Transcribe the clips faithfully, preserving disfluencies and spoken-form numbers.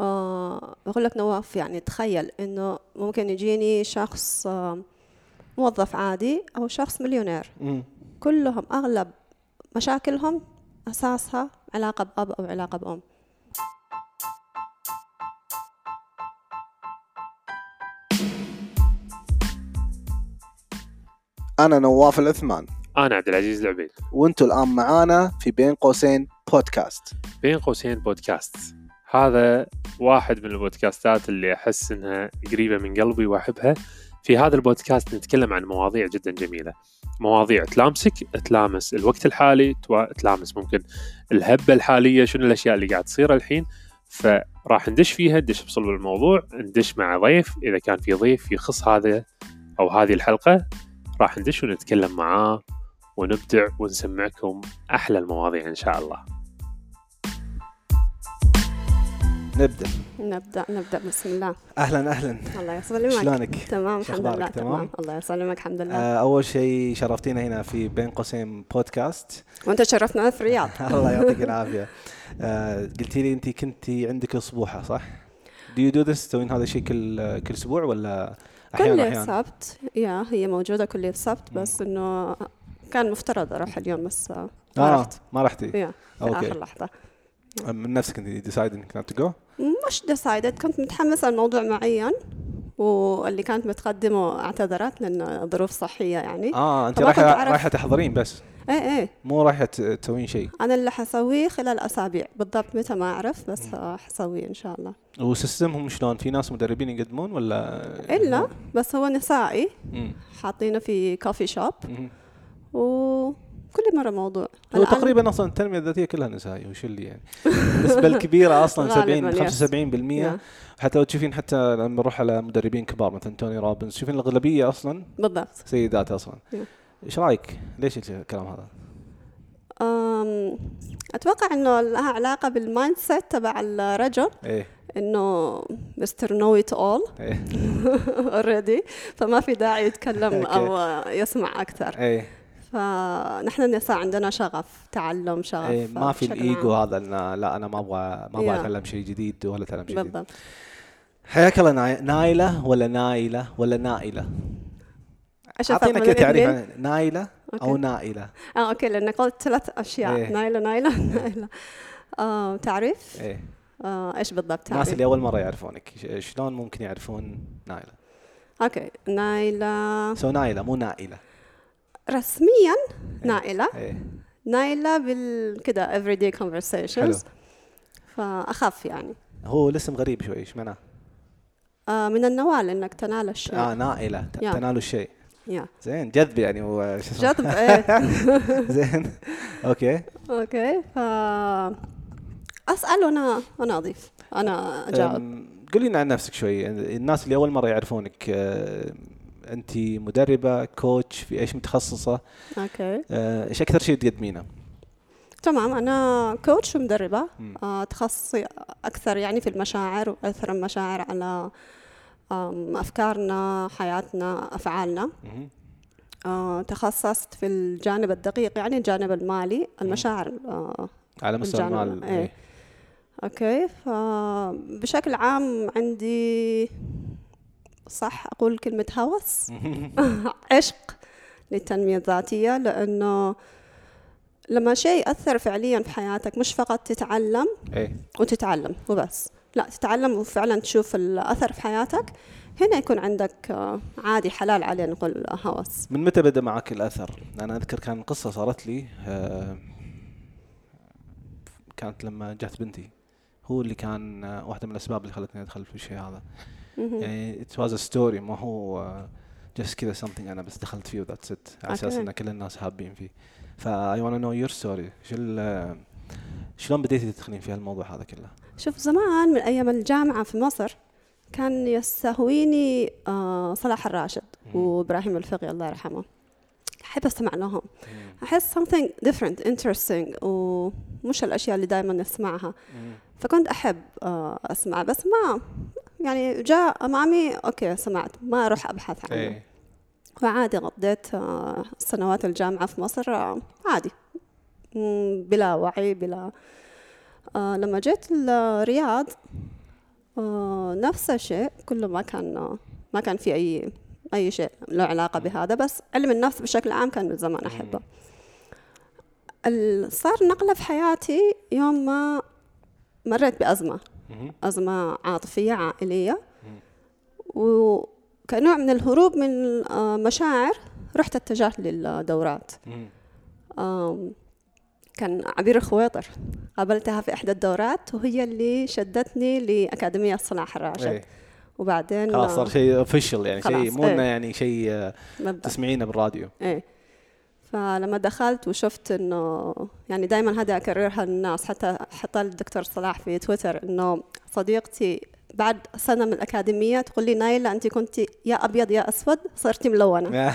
آه بقول لك نواف، يعني تخيل إنه ممكن يجيني شخص آه موظف عادي أو شخص مليونير، مم. كلهم أغلب مشاكلهم أساسها علاقة بأب أو علاقة بأم. أنا نواف العثمان، أنا عبد العزيز العبيد، وأنتوا الآن معانا في بين قوسين بودكاست. بين قوسين بودكاست هذا واحد من البودكاستات اللي أحس إنها قريبة من قلبي وأحبها. في هذا البودكاست نتكلم عن مواضيع جدا جميلة، مواضيع تلامسك، تلامس الوقت الحالي، تلامس ممكن الهبة الحالية، شنو الأشياء اللي قاعد تصير الحين. فراح ندش فيها، ندش بصلب الموضوع، ندش مع ضيف إذا كان في ضيف يخص هذا أو هذه الحلقة، راح ندش ونتكلم معاه ونبدع ونسمعكم أحلى المواضيع إن شاء الله. نبدأ نبدأ نبدأ بسم الله. أهلا أهلا، الله يسلمك. شلونك؟ تمام الحمد لله. تمام؟ تمام الله يسلمك الحمد لله. آه أول شيء شرفتينا هنا في بين قوسين بودكاست. وأنت شرفتنا في الرياض. الله يعطيك العافية. آه قلتي لي أنت كنتي عندك أسبوعة صح؟ Do you do this تسوين هذا الشيء كل كل أسبوع ولا أحيانا كل أحيانا؟ سبت، يا هي موجودة كل سبت، بس إنه كان مفترض أروح اليوم بس ما آه رحت. ما رحتي؟ يا في أوكي. آخر لحظة. من نفسك أنت decide إنك not to go؟ مش decided، كنت متحمسة لموضوع معين واللي كانت متقدمه اعتذرت لأن ظروف صحية يعني. آه أنت فما كنت رايحة أعرف- رايحة تحضرين بس، ايه ايه مو رايحة تسوين شيء. أنا اللي حسويه خلال أسابيع بالضبط، متى ما أعرف بس حسويه إن شاء الله. وسيستمهم شلون؟ في ناس مدربين يقدمون ولا؟ إلا بس هو نسائي، مم. حاطينه في كوفي شوب مم. وكل مرة موضوع. هو الآن تقريبا اصلا التنميه الذاتيه كلها نسائي، وش اللي يعني النسبه الكبيره اصلا غالباً، سبعين يس. خمسة وسبعين بالمئة. يا. حتى لو تشوفين، حتى لما نروح على مدربين كبار مثلا توني روبنز، تشوفين الاغلبيه اصلا بالضبط. سيدات اصلا. يا. ايش رايك؟ ليش الكلام هذا؟ أم، أتوقع إنه لها علاقة بالمايند سيت تبع الرجل، ايه إنه مستر نو إت أول ايه already، فما في داعي يتكلم أوكي. أو يسمع أكثر. ايه فنحن النساء عندنا شغف تعلم، شغف ايه ما في بشكل الايجو عام. هذا إن لا انا ما ابغى ما ابغى يا. اتعلم شيء جديد ولا اتعلم شيء جديد. بالضبط. حياك الله. ناي- نايله ولا نايله ولا نائله؟ إيش اعطينا الفرق كذا بين تعريف الاثنين؟ عن نايله او أوكي. نائله. اه اوكي، لان قلت ثلاث اشياء. إيه. نايله نايله نايله. آه تعريف. ايه آه ايش بالضبط الناس تعريف؟ اللي اول مره يعرفونك ش- شلون ممكن يعرفون نايله؟ اوكي نايله سو نايله مو نائله. رسميا نائله. ايه نايله بالكذا everyday حلو. conversations، فاخف يعني. هو الاسم غريب شوي، ايش معناه؟ آه من النوال، انك تنال الشيء. اه نائله ت- يا. تنالوا الشيء. يا زين جذب يعني هو شو اسمه؟ جذب. ايه. زين اوكي. اوكي ف اسال وانا وانا اضيف، انا اجاوب. أم، قولي لنا عن نفسك شوي. الناس اللي اول مره يعرفونك، آه، انت مدربه كوتش في ايش متخصصه؟ اوكي آه، ايش اكثر شيء تقدمينه؟ تمام، أنا كوتش ومدربة. مم. آه، تخصصي أكثر يعني في المشاعر وأثر المشاعر على آم، أفكارنا، حياتنا، أفعالنا. مهم. آه، تخصصت في الجانب الدقيق، يعني الجانب المالي، المشاعر. آه، على مستوى الجانب- المال. إيه. إيه. أوكي، فبشكل عام عندي، صح أقول كلمة هوس، عشق للتنمية الذاتية، لأنه لما شيء أثر فعليا في حياتك، مش فقط تتعلم ايه وتتعلم وبس، لا تتعلم وفعلا تشوف الأثر في حياتك، هنا يكون عندك آه، عادي حلال عليه نقول هوس. من متى بدأ معك الأثر؟ أنا أذكر كان قصة صارت لي، آه، كانت لما جات بنتي، هو اللي كان آه، واحدة من الأسباب اللي خلتني أدخل في الشيء هذا. يعني it was a story، ما هو آه، just كذا something أنا بس دخلت فيه و that's it، على أساس Okay. إن كل الناس حابين فيه. فا I wanna know your story. شو ال- شلون بديتي تدخلين في الموضوع هذا كله؟ شوف، زمان من أيام الجامعة في مصر كان يستهويني آه، صلاح الراشد وإبراهيم الفقي الله يرحمه، أحب أستمع لهم، أحس something different interesting ومش الأشياء اللي دائما نسمعها، فكنت أحب آه، أسمع، بس ما يعني جاء أمامي أوكي سمعت، ما أروح أبحث عنه. إيه. وعادي قضيت آه، سنوات الجامعة في مصر آه، عادي، مم، بلا وعي بلا. آه، لما جيت الرياض آه نفس الشيء، كله ما كان ما كان في أي أي شيء له علاقة بهذا، بس علم النفس بشكل عام كان من زمان أحبه. صار نقلة في حياتي يوم ما مريت بأزمة أزمة عاطفية عائلية، وكنوع من الهروب من مشاعر رحت اتجهت للدورات. كان عبير الخويطر قابلتها في إحدى الدورات، وهي اللي شدتني لأكاديمية صلاح الراشد. أي. وبعدين خلاص صار شيء اوفيشال، يعني شيء مو انه ايه. يعني شيء تسمعينه بالراديو. ايه. فلما دخلت وشفت انه يعني دائما هذا اكررها للناس، حتى حتى الدكتور صلاح في تويتر انه صديقتي بعد سنه من الاكاديميه تقول لي نايلة انت كنتي يا ابيض يا اسود صرتي ملونه.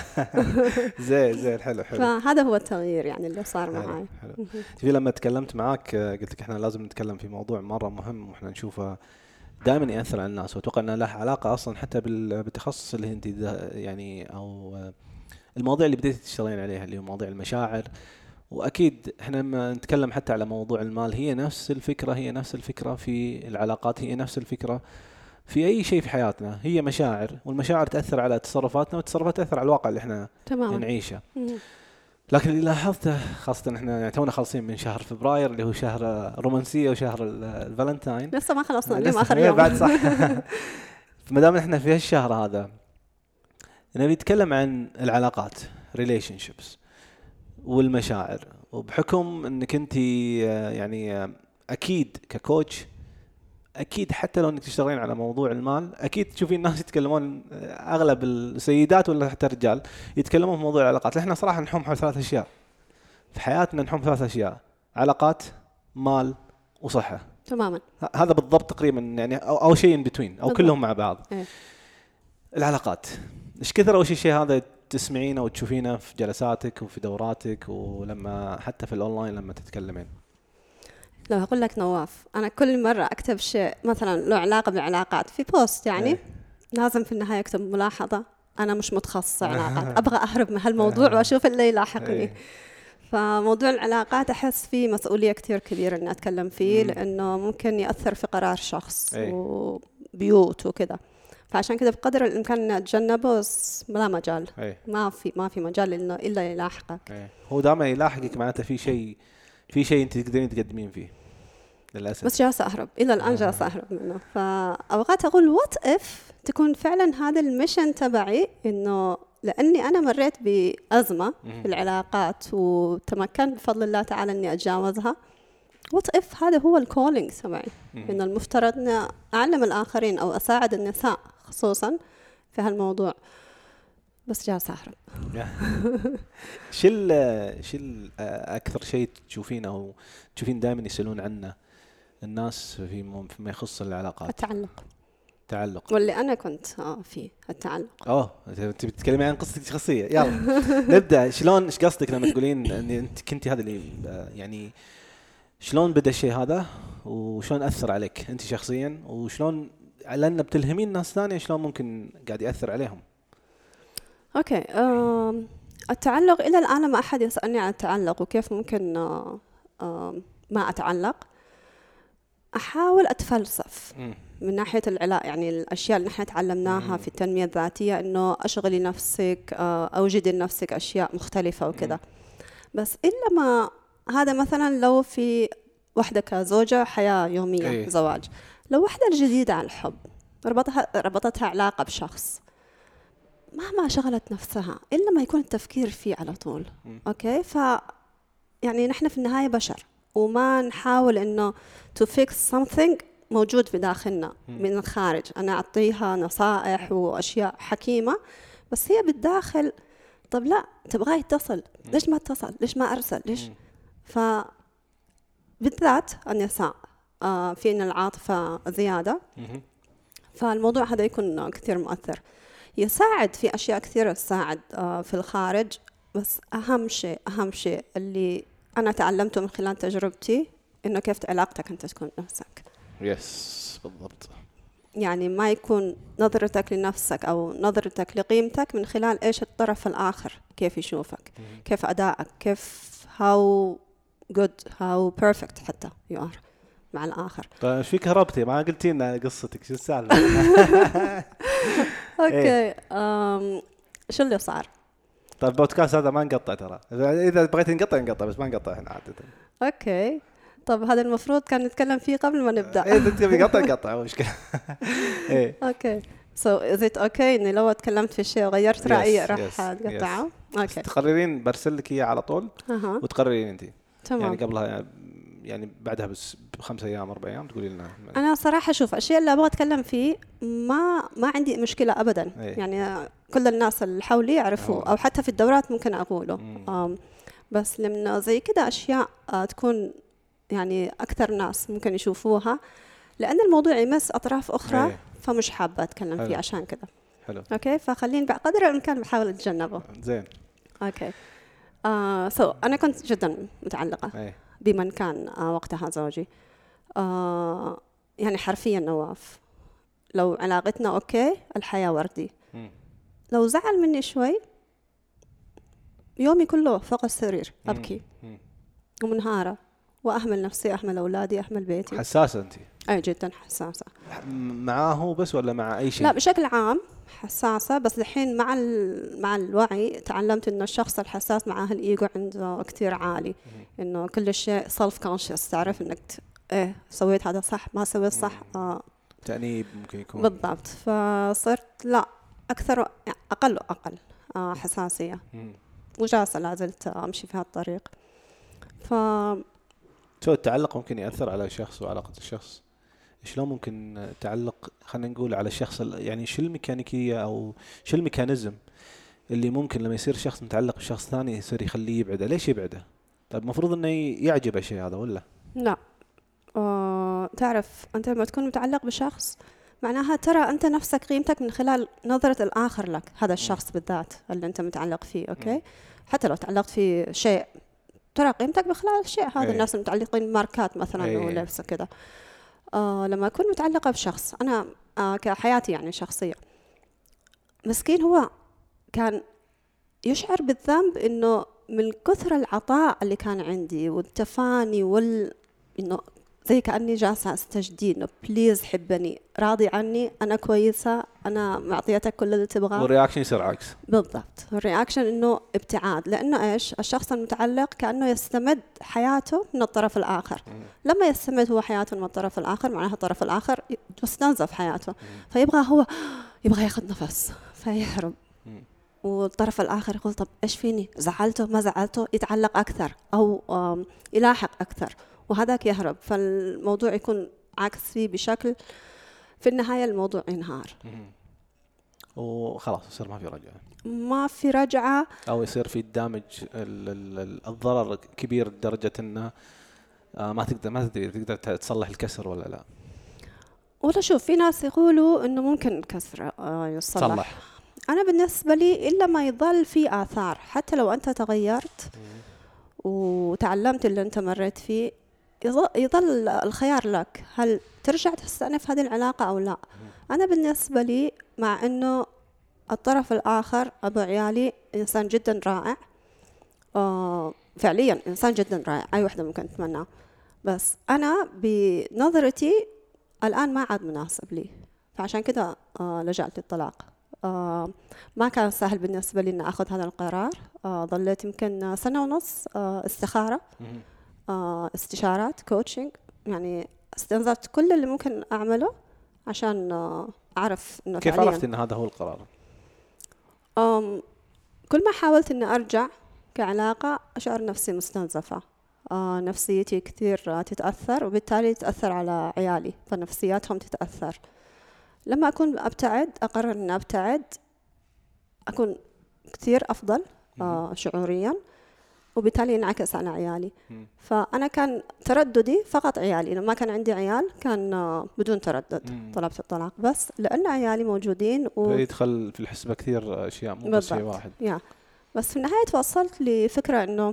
زين زين حلو حلو. فهذا هو التغيير يعني اللي صار معي. في لما تكلمت معاك قلت لك احنا لازم نتكلم في موضوع مره مهم واحنا نشوفه دائما ياثر على الناس، واتوقع انه له علاقه اصلا حتى بالتخصص اللي انت يعني او المواضيع اللي بديتي تشتغلين عليها اللي هو مواضيع المشاعر. واكيد احنا لما نتكلم حتى على موضوع المال هي نفس الفكره، هي نفس الفكره في العلاقات، هي نفس الفكره في اي شيء في حياتنا، هي مشاعر، والمشاعر تاثر على تصرفاتنا، والتصرفات تاثر على الواقع اللي احنا تمام. نعيشه. لكن اللي لاحظته خاصه احنا يعني تونا خالصين من شهر فبراير اللي هو شهر رومانسيه وشهر الفالنتاين، لسه ما خلصنا اليوم اخر يوم بعد صح. فما دام احنا في هالشهر هذا نبي نتكلم عن العلاقات relationships والمشاعر، وبحكم انك انت يعني اكيد ككوتش، اكيد حتى لو انك تشتغلين على موضوع المال اكيد تشوفين الناس يتكلمون، اغلب السيدات ولا حتى الرجال يتكلمون في موضوع العلاقات. احنا صراحه نحوم حول ثلاث اشياء في حياتنا، نحوم ثلاث اشياء: علاقات، مال، وصحه. تماما. هذا بالضبط تقريبا يعني او, أو شيء ان بتوين او كلهم مع بعض. ايه. العلاقات ايش كثر اول شيء هذا تسمعينه وتشوفينه في جلساتك وفي دوراتك ولما حتى في الاونلاين لما تتكلمين؟ لو أقول لك نواف، أنا كل مرة أكتب شيء مثلا له علاقة بالعلاقات في بوست يعني ايه. لازم في النهاية أكتب ملاحظة أنا مش متخصصة علاقات، أبغى أهرب من هالموضوع وأشوف اللي يلاحقني. ايه. فموضوع العلاقات أحس فيه مسؤولية كتير كبيرة إني أتكلم فيه، مم. لأنه ممكن يأثر في قرار شخص ايه. وبيوت وكذا، فعشان كده بقدر الإمكان نتجنبه، لا مجال ايه. ما في ما في مجال إنه إلا يلاحقك. ايه. هو دائما يلاحقك معناته في شيء في شيء أنت تقدرين تقدمين فيه للأسف. بس جالسة أهرب إلى الآن، جالسة أهرب منه. فأوقات أقول وات إف تكون فعلا هذا الميشن تبعي، إنه لأني أنا مريت بأزمة في العلاقات وتمكنت بفضل الله تعالى إني أتجاوزها. وات إف هذا هو الكولينج تبعي، إنه المفترض إني أعلم الآخرين أو أساعد النساء خصوصا في هالموضوع، بس جالسة أهرب. شل شل أكثر شيء تشوفينه أو تشوفين دائما يسألون عنه الناس في فيما يخص العلاقات؟ التعلق. تعلق. واللي أنا كنت فيه التعلق. أوه أنت بتتكلمي عن قصتك الشخصية. يلا نبدأ. شلون إيش قصدك لما تقولين أن أنت كنتي هذا اللي يعني شلون بدأ الشيء هذا وشلون أثر عليك أنت شخصيا، وشلون لأن بتلهمين ناس ثانية شلون ممكن قاعد يأثر عليهم؟ أوكي. أه التعلق إلى الآن ما أحد يسألني عن التعلق وكيف ممكن أه أه ما أتعلق. أحاول أتفلسف م. من ناحية العلاقة، يعني الأشياء اللي نحن تعلمناها م. في التنمية الذاتية، إنه أشغلي نفسك، أه أوجدي لنفسك أشياء مختلفة وكذا. بس إلا ما هذا مثلا لو في وحدة كزوجة حياة يومية أيه. زواج، لو وحدة جديدة على الحب ربطها ربطتها علاقة بشخص، مهما شغلت نفسها إلا ما يكون التفكير فيه على طول. م. أوكي. ف يعني نحن في النهاية بشر، وما نحاول إنه to fix something موجود في داخلنا م. من الخارج. أنا أعطيها نصائح وأشياء حكيمة، بس هي بالداخل طب لا تبغى يتصل، ليش ما اتصل، ليش ما أرسل، ليش م. ف بالذات النساء آه فينا العاطفة زيادة م. فالموضوع هذا يكون كثير مؤثر. يساعد في أشياء كثيرة تساعد آه في الخارج، بس أهم شيء أهم شيء اللي أنا تعلمته من خلال تجربتي إنه كيف علاقتك أنت تكون نفسك. يس بالضبط. يعني ما يكون نظرتك لنفسك أو نظرتك لقيمتك من خلال إيش الطرف الآخر كيف يشوفك، م- كيف أدائك، كيف how good how perfect حتى you are مع الآخر. طيب ايش فيك هربتي ما قلتي لنا قصتك شو السالفة؟ أوكي أم شو اللي صار؟ طيب البودكاست هذا ما نقطع ترى، إذا بغيت نقطع نقطع بس ما نقطع هنا عادة. أوكي طب هذا المفروض كان نتكلم فيه قبل ما نبدأ. إيه إذا تبي قطع قطع مشكلة. إيه. أوكي so is it okay إني لو تكلمت في شيء وغيرت رأيي راح تقطعه؟ أوكي. تقررين برسل لك إياه على طول أها. وتقررين أنتي. تمام. يعني قبلها يعني بعدها بس بخمسة أيام أربع أيام تقولي لنا. أنا صراحة شوف الشيء اللي أبغى أتكلم فيه ما ما عندي مشكلة أبدا. أيه. يعني كل الناس اللي حولي يعرفوا أو حتى في الدورات ممكن أقوله. بس لما زي كده أشياء تكون يعني أكثر ناس ممكن يشوفوها لأن الموضوع يمس أطراف أخرى. أيه. فمش حابة أتكلم حلو. فيه عشان كده. حلو. أوكي فخلين بقدر الإمكان بحاول أتجنبه. زين. أوكي. آه so أنا كنت جدا متعلقة. أيه. بمن كان آه وقتها زوجي. آه يعني حرفيا نواف لو علاقتنا أوكي الحياة وردي. م. لو زعل مني شوي يومي كله فوق السرير أبكي م. م. ومنهارة وأهمل نفسي أهمل أولادي أهمل بيتي. حساسة أنت؟ أي جدا حساسة. معاه بس ولا مع أي شيء؟ لا بشكل عام حساسة بس الحين مع مع الوعي تعلمت إنه الشخص الحساس معاه الإيجو عنده كتير عالي. م. إنه كل شيء self conscious تعرف إنك إيه سويت هذا صح ما سويت صح. آه تأنيب ممكن يكون. بالضبط فصرت لا أكثر أقل وأقل آه حساسية. م. وجالسة لا زلت أمشي في هالطريق. ف شو التعلق ممكن يأثر على الشخص وعلاقة الشخص؟ شلون ممكن تعلق خلينا نقول على الشخص يعني شو الميكانيكية أو شو الميكانيزم اللي ممكن لما يصير شخص متعلق بشخص ثاني يصير يخليه يبعده؟ ليش يبعده؟ طيب مفروض إنه يعجب الشيء هذا ولا؟ لا آه، تعرف أنت لما تكون متعلق بشخص معناها ترى أنت نفسك قيمتك من خلال نظرة الآخر لك هذا الشخص بالذات اللي أنت متعلق فيه. أوكي م. حتى لو تعلقت في شيء ترى قيمتك بخلال الشيء هذا. الناس المتعلقين بماركات مثلا ولبس كده. آه لما أكون متعلقة بشخص أنا آه كحياتي يعني شخصية مسكين هو كان يشعر بالذنب إنه من كثر العطاء اللي كان عندي والتفاني وال إنه زي كأني جالسة استجدي إنه بليز حبني راضي عني أنا كويسة أنا معطيتك كل اللي تبغاه. والرياكشن يصير عكس. بالضبط الرياكشن إنه ابتعاد لأنه إيش الشخص المتعلق كأنه يستمد حياته من الطرف الآخر. م. لما يستمد هو حياته من الطرف الآخر معناها الطرف الآخر يستنزف حياته. م. فيبغى هو يبغى ياخذ نفس فيهرب. م. والطرف الآخر يقول طب إيش فيني زعلته ما زعلته يتعلق أكثر أو يلاحق أكثر وهذاك يهرب فالموضوع يكون عكس فيه بشكل في النهاية الموضوع ينهار. وخلاص يصير ما في رجعة. ما في رجعة أو يصير في دامج الضرر كبير لدرجة إنه ما تقدر ما تقدر تقدر تصلح الكسر ولا لا. ولا شوف في ناس يقولوا إنه ممكن الكسر يصلح. صلح. أنا بالنسبة لي إلا ما يظل في آثار حتى لو أنت تغيرت وتعلمت اللي أنت مريت فيه يظل الخيار لك هل ترجع تستأنف هذه العلاقة أو لا. أنا بالنسبة لي مع أنه الطرف الآخر أبو عيالي إنسان جدا رائع آه فعليا إنسان جدا رائع أي وحدة ممكن تتمناه بس أنا بنظرتي الآن ما عاد مناسب لي فعشان كده آه لجأت للطلاق. آه ما كان سهل بالنسبة لي أن أخذ هذا القرار. آه ظليت يمكن سنة ونص آه استخارة آه استشارات كوتشنج يعني استنزفت كل اللي ممكن أعمله عشان آه أعرف إنه كيف عرفت إن هذا هو القرار؟ آم كل ما حاولت إني أرجع كعلاقة أشعر نفسي مستنزفة. آه نفسيتي كثير آه تتأثر وبالتالي تتأثر على عيالي فنفسياتهم تتأثر. لما أكون أبتعد أقرر إن أبتعد أكون كثير أفضل آه شعوريا وبالتالي ينعكس على عيالي. فأنا كان ترددي فقط عيالي لما كان عندي عيال كان آه بدون تردد طلبت الطلاق بس لأن عيالي موجودين و... يدخل في الحسبة كثير أشياء مو بس شيء واحد. يا. بس في النهاية توصلت لفكرة إنه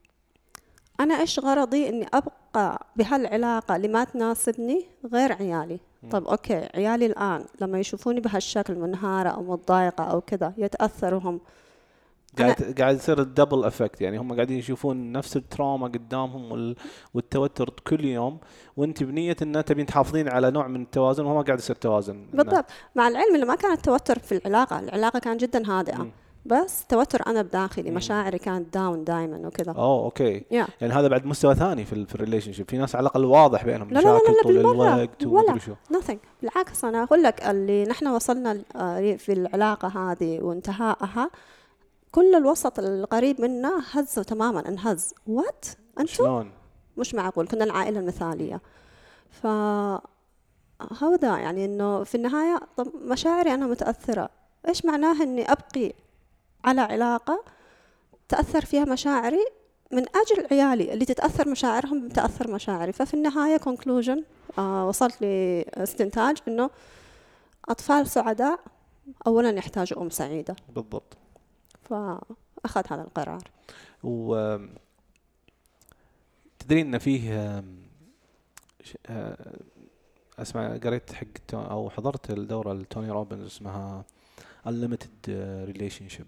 أنا إيش غرضي إني أبقى بهالعلاقة اللي ما تناسبني غير عيالي. طب أوكي عيالي الآن لما يشوفوني بهالشكل منهارة أو متضايقة أو كذا يتأثروا هم قاعد قاعد يصير الدبل افكت، يعني هم قاعدين يشوفون نفس التراما قدامهم وال... والتوتر كل يوم، وانت بنيه ان تبين تحافظين على نوع من التوازن، وهو ما قاعد يصير توازن. بالضبط. مع العلم انه ما كان التوتر في العلاقه، العلاقه كانت جدا هادئه. مم. بس توتر انا بداخلي، مم. مشاعري كانت داون دائما وكذا. اوه اوكي. yeah. يعني هذا بعد مستوى ثاني في في الريليشن شيب. في ناس على الاقل واضح بينهم لا لا لا مشاكل لا طول بالمرة. الوقت ولا ومدري شو. nothing. بالعكس انا اقول لك اللي نحن وصلنا في العلاقه هذه وانتهائها، كل الوسط القريب منا هزوا تماما، انهز. وات انتم شلون؟ مش معقول. كنا العائله المثاليه. ف هذا يعني انه في النهايه طب مشاعري انا متاثره، ايش معناه اني ابقي على علاقه تاثر فيها مشاعري من اجل عيالي اللي تتاثر مشاعرهم بتاثر مشاعري؟ ففي النهايه conclusion آه وصلت لاستنتاج انه اطفال سعداء اولا يحتاجوا ام سعيده. بالضبط. فاخذ هذا القرار. و تدري ان فيه اسمع، قريت حق او حضرت الدوره لتوني روبنز اسمها Unlimited Relationship.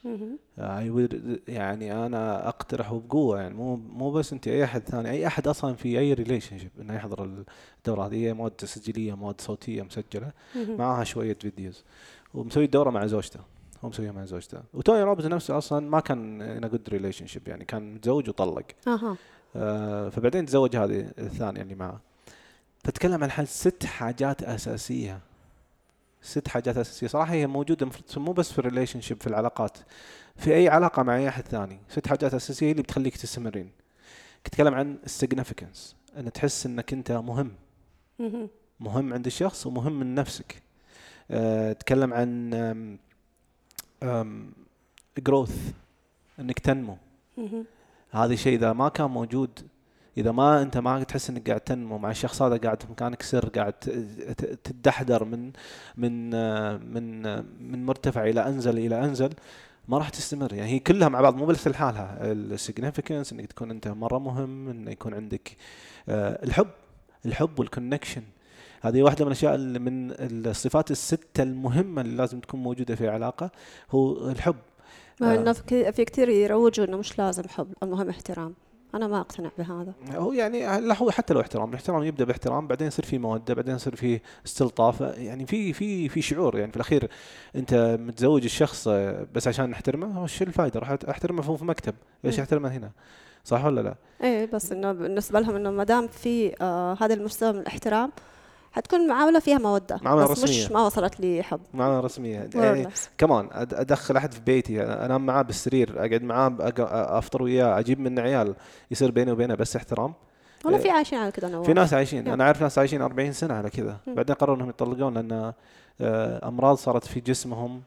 يعني انا اقترح وبقوه، يعني مو مو بس انت، اي احد ثاني، اي احد اصلا في اي ريليشن شيب انه يحضر الدوره هذه. هي مواد تسجيليه، مواد صوتيه مسجله، معها شويه فيديوز، ومسوي الدوره مع زوجته. هو مسويها مع زوجته. وتوني روبنز نفسه اصلا ما كان in a good relationship، يعني كان متزوج وطلق. اها. آه فبعدين تزوج هذه الثانيه اللي معه. فتكلم عن حل ست حاجات اساسيه. ست حاجات اساسيه صراحه هي موجوده مو بس في الريليشن شيب، في العلاقات، في اي علاقه مع اي احد ثاني. ست حاجات اساسيه اللي بتخليك تستمرين. تتكلم عن significance، ان تحس انك انت مهم مهم عند الشخص ومهم من نفسك. أه تتكلم عن أم أم growth، انك تنمو. هذا الشيء اذا ما كان موجود، اذا ما انت ما تحس انك قاعد تنمو مع الشخص هذا، قاعد في مكانك سر، قاعد تتدحدر من من من من مرتفع الى انزل الى انزل، ما راح تستمر. يعني هي كلها مع بعض، مو بس لحالها. السيجنيفيكانس، انك تكون انت مره مهم، انه يكون عندك الحب الحب والكونكشن. هذه واحده من الاشياء اللي من الصفات السته المهمه اللي لازم تكون موجوده في علاقه، هو الحب. ما انه في كثير يروجوا انه مش لازم حب، المهم احترام. أنا ما أقتنع بهذا. هو يعني لا، هو حتى لو احترام، الاحترام يبدأ باحترام، بعدين يصير في مودة، بعدين يصير في استلطاف، يعني في في في شعور. يعني في الأخير أنت متزوج الشخص بس عشان نحترمه، وش الفائدة؟ راح أحترمه في مكتب، ليش أحترمه هنا؟ صح ولا لا؟ إيه، بس إنه بالنسبة لهم إنه ما دام في آه هذا المستوى من الاحترام، حتكون معاملة فيها مودة، معاملة بس رسمية. مش ما وصلت لي حب. معاملة رسمية. يعني كمان أدخل أحد في بيتي، أنام معاه بالسرير، أقعد معاه، أفطر وياه، أجيب منه عيال، يصير بيني وبينه بس احترام. والله في عايشين على كذا نواف. في ناس عايشين، أنا أعرف ناس عايشين أربعين سنة على كذا، بعدين قرروا إنهم يطلقون لأن أمراض صارت في جسمهم،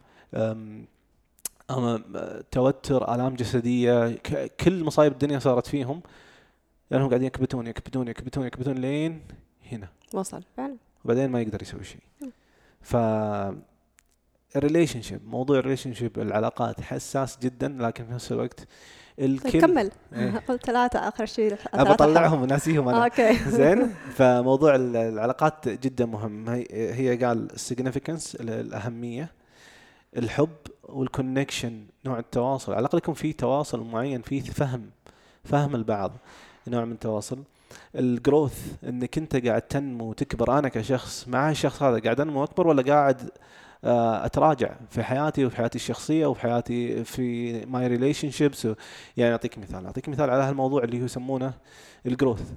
توتر، آلام جسدية، كل مصايب الدنيا صارت فيهم، لأنهم يعني قاعدين يكبتون يكبتون يكبتون يكبتون لين هنا وصل فعلا، وبعدين ما يقدر يسوي شيء. ف الريليشن شيب، موضوع الريليشن شيب، العلاقات حساس جدا، لكن في نفس الوقت الكل كمل. إيه؟ قلت ثلاثة آخر شيء، أبى أطلعهم وناسيهم أنا. أوكي. زين. فموضوع العلاقات جدا مهم. هي, هي قال السيجنيفيكانس، الأهمية، الحب والكونكشن، نوع التواصل، على الأقل يكون في تواصل معين، في فهم فهم البعض، نوع من التواصل. الجروث، انك انت قاعد تنمو وتكبر، انا كشخص مع الشخص هذا قاعد انمو واكبر، ولا قاعد اتراجع في حياتي وفي حياتي الشخصيه وفي حياتي في ماي ريليشن شيبس. يعني اعطيك مثال اعطيك مثال على هالموضوع اللي هو يسمونه الجروث.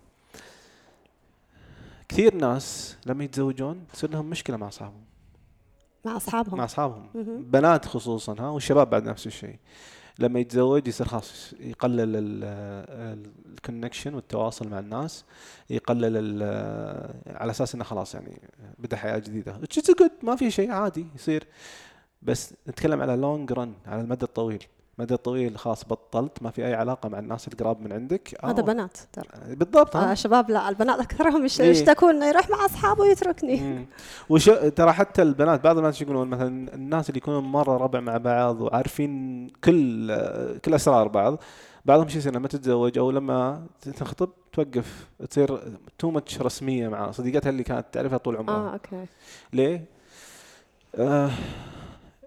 كثير ناس لما يتزوجون تصير لهم مشكله مع اصحابهم مع اصحابهم مع اصحابهم بنات خصوصا، ها، والشباب بعد نفس الشيء. لما يتزوج يصير خاص يقلل الكونكشن والتواصل مع الناس، يقلل على اساس انه خلاص يعني بدا حياه جديده، ما في شيء، عادي يصير. بس نتكلم على لونج رن، على المدى الطويل. المدى الطويل خلاص بطلت، ما في اي علاقه مع الناس القراب من عندك. هذا بنات ترى بالضبط. آه شباب لا، البنات اكثرهم يشتكون يروح مع اصحابه ويتركني. وش ترى حتى البنات، بعض الناس يقولون مثلا الناس اللي يكونون مره ربع مع بعض وعارفين كل كل اسرار بعض، بعضهم شيء يصير لما تتزوج او لما تنخطب توقف، تصير تو ماتش رسميه مع صديقتها اللي كانت تعرفها طول عمرها. اه اوكي. ليه؟ آه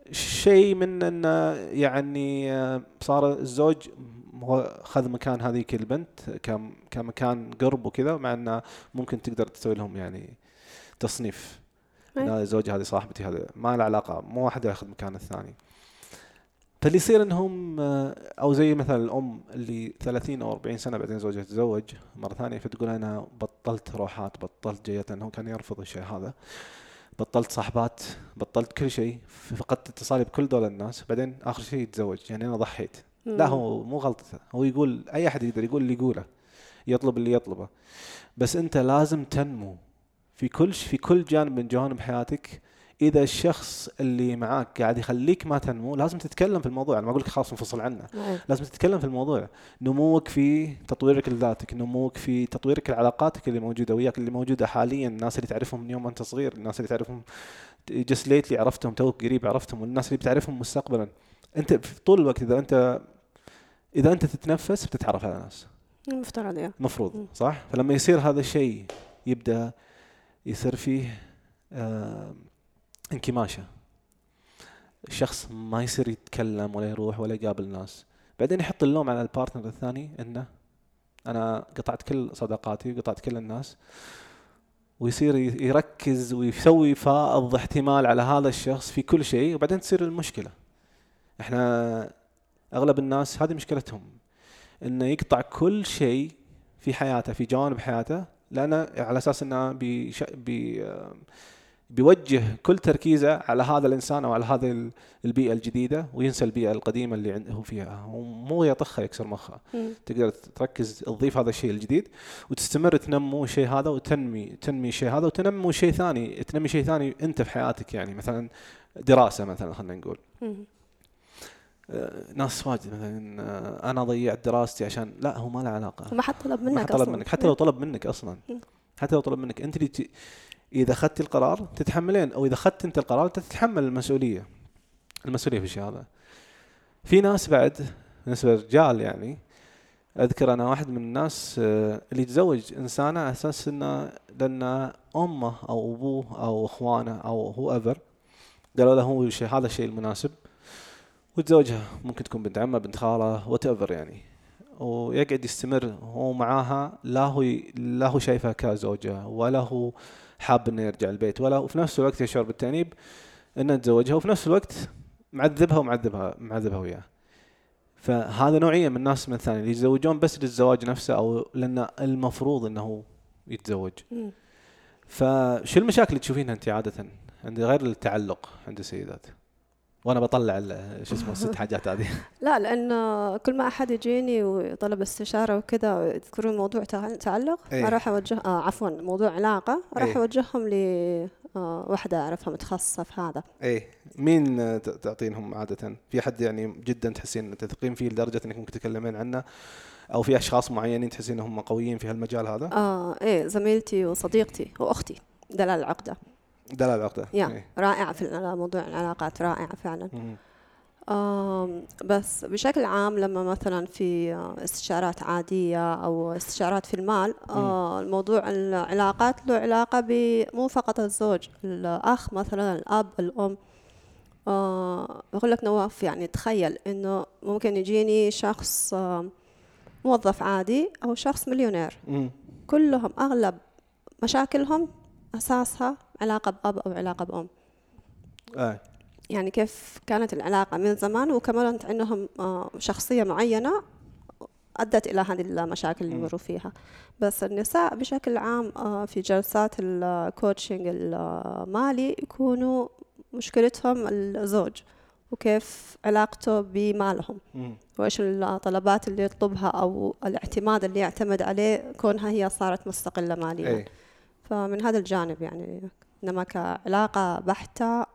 شيء من انه يعني صار الزوج هو خذ مكان هذيك البنت كم كمكان قرب وكذا، مع انه ممكن تقدر تسوي لهم يعني تصنيف ان هذا زوجي هذه صاحبتي، هذا ما له علاقه، مو واحد ياخذ مكان الثاني. فاللي يصير انهم او زي مثلا الام اللي ثلاثين او أربعين سنه بعدين زوجها تزوج مره ثانيه، فتقول انا بطلت روحات، بطلت جيات، انه كان يرفض الشيء هذا، بطلت صاحبات، بطلت كل شيء، فقدت اتصالي بكل دول الناس، بعدين اخر شيء يتزوج. يعني انا ضحيت. لا هو مو غلطته، هو يقول اي احد يقدر يقول اللي يقوله، يطلب اللي يطلبه، بس انت لازم تنمو في كل في كل جانب من جوانب حياتك. اذا الشخص اللي معاك قاعد يخليك ما تنمو، لازم تتكلم في الموضوع. انا ما اقول لك خلاص انفصل عنه، لازم تتكلم في الموضوع. نموك في تطويرك لذاتك، نموك في تطويرك العلاقاتك اللي موجوده وياك، اللي موجوده حاليا، الناس اللي تعرفهم من يوم انت صغير، الناس اللي تعرفهم جست ليتلي عرفتهم، توك قريب عرفتهم، والناس اللي بتعرفهم مستقبلا. انت في طول الوقت اذا انت اذا انت تتنفس بتتعرف على ناس المفترض يعني مفروض صح. فلما يصير هذا الشيء يبدا يصير فيه آه انكماشة، الشخص ما يصير يتكلم ولا يروح ولا يقابل ناس، بعدين يحط اللوم على البارتنر الثاني انه انا قطعت كل صداقاتي وقطعت كل الناس، ويصير يركز ويسوي فائض احتمال على هذا الشخص في كل شيء، وبعدين تصير المشكلة. احنا اغلب الناس هذه مشكلتهم، انه يقطع كل شيء في حياته، في جوانب حياته، لانه على اساس انه بيش بي بيوجه كل تركيزه على هذا الإنسان أو على هذه البيئة الجديدة، وينسى البيئة القديمة اللي عنده فيها. ومو يطخها يكسر مخها. تقدر تركز تضيف هذا الشيء الجديد وتستمر تنمو الشيء هذا، وتنمي تنمي الشيء هذا، وتنمو شيء ثاني، تنمي شيء ثاني أنت في حياتك. يعني مثلا دراسة مثلا، خلنا نقول ناس واجد مثلا أنا ضيعت دراستي عشان، لا هو ما له علاقة، ما حد طلب منك طلب أصلاً. منك حتى لو طلب منك أصلا، حتى لو طلب منك أنت اللي ت... إذا أخذت القرار تتحملين، أو إذا أخذت أنت القرار أنت تتحمل المسؤولية المسؤولية في الشيء هذا. في ناس بعد بالنسبة للرجال، يعني أذكر أنا واحد من الناس اللي يتزوج إنسانة على أساس إنه لأن أمه أو أبوه أو إخوانه أو هو أفر قالوا له هو شيء هذا الشيء المناسب، وتزوجها. ممكن تكون بنت عمه، بنت خاله، وات يعني، ويقعد يستمر هو معاها، لا هو لا هو شايفها كزوجة، ولا هو حاب انه يرجع البيت، ولا، وفي نفس الوقت يشعر بالتأنيب انه تزوجها، وفي نفس الوقت معذبها ومعذبها معذبها وياه. فهذا نوعية من الناس من الثاني اللي يتزوجون بس للزواج نفسه، او لأن المفروض انه يتزوج. فشو المشاكل اللي تشوفينها انت عادة عند غير التعلق عند السيدات؟ وانا بطلع شو اسمه الست حاجات هذه. لا، لان كل ما احد يجيني وطلب استشاره وكذا يذكرون موضوع تعلق، ايه؟ اروح اوجه آه عفوا موضوع علاقه، اروح ايه؟ اوجههم لوحده آه اعرفها متخصصه في هذا. ايه؟ مين تعطينهم عاده؟ في حد يعني جدا تحسين تثقين فيه لدرجه انك ممكن تتكلمين عنه، او في اشخاص معينين تحسين انهم قويين في هالمجال هذا؟ اه ايه، زميلتي وصديقتي واختي دلال العقده. دلال العقده يا إيه؟ رائعه في موضوع العلاقات، رائعه فعلا. آه بس بشكل عام لما مثلا في استشارات عادية أو استشارات في المال، آه الموضوع العلاقات له علاقة بمو فقط الزوج، الأخ مثلا، الأب، الأم. آه بقول لك نواف، يعني تخيل إنه ممكن يجيني شخص آه موظف عادي أو شخص مليونير، مم. كلهم أغلب مشاكلهم أساسها علاقة بأب أو علاقة بأم. آه. يعني كيف كانت العلاقة من زمان، وكملت عندهم شخصية معينة أدت إلى هذه المشاكل اللي مروا فيها. بس النساء بشكل عام في جلسات الكوتشنج المالي يكونوا مشكلتهم الزوج، وكيف علاقته بمالهم، وإيش الطلبات اللي يطلبها أو الاعتماد اللي يعتمد عليه كونها هي صارت مستقلة ماليا. أي. فمن هذا الجانب يعني، إنما كعلاقة بحتة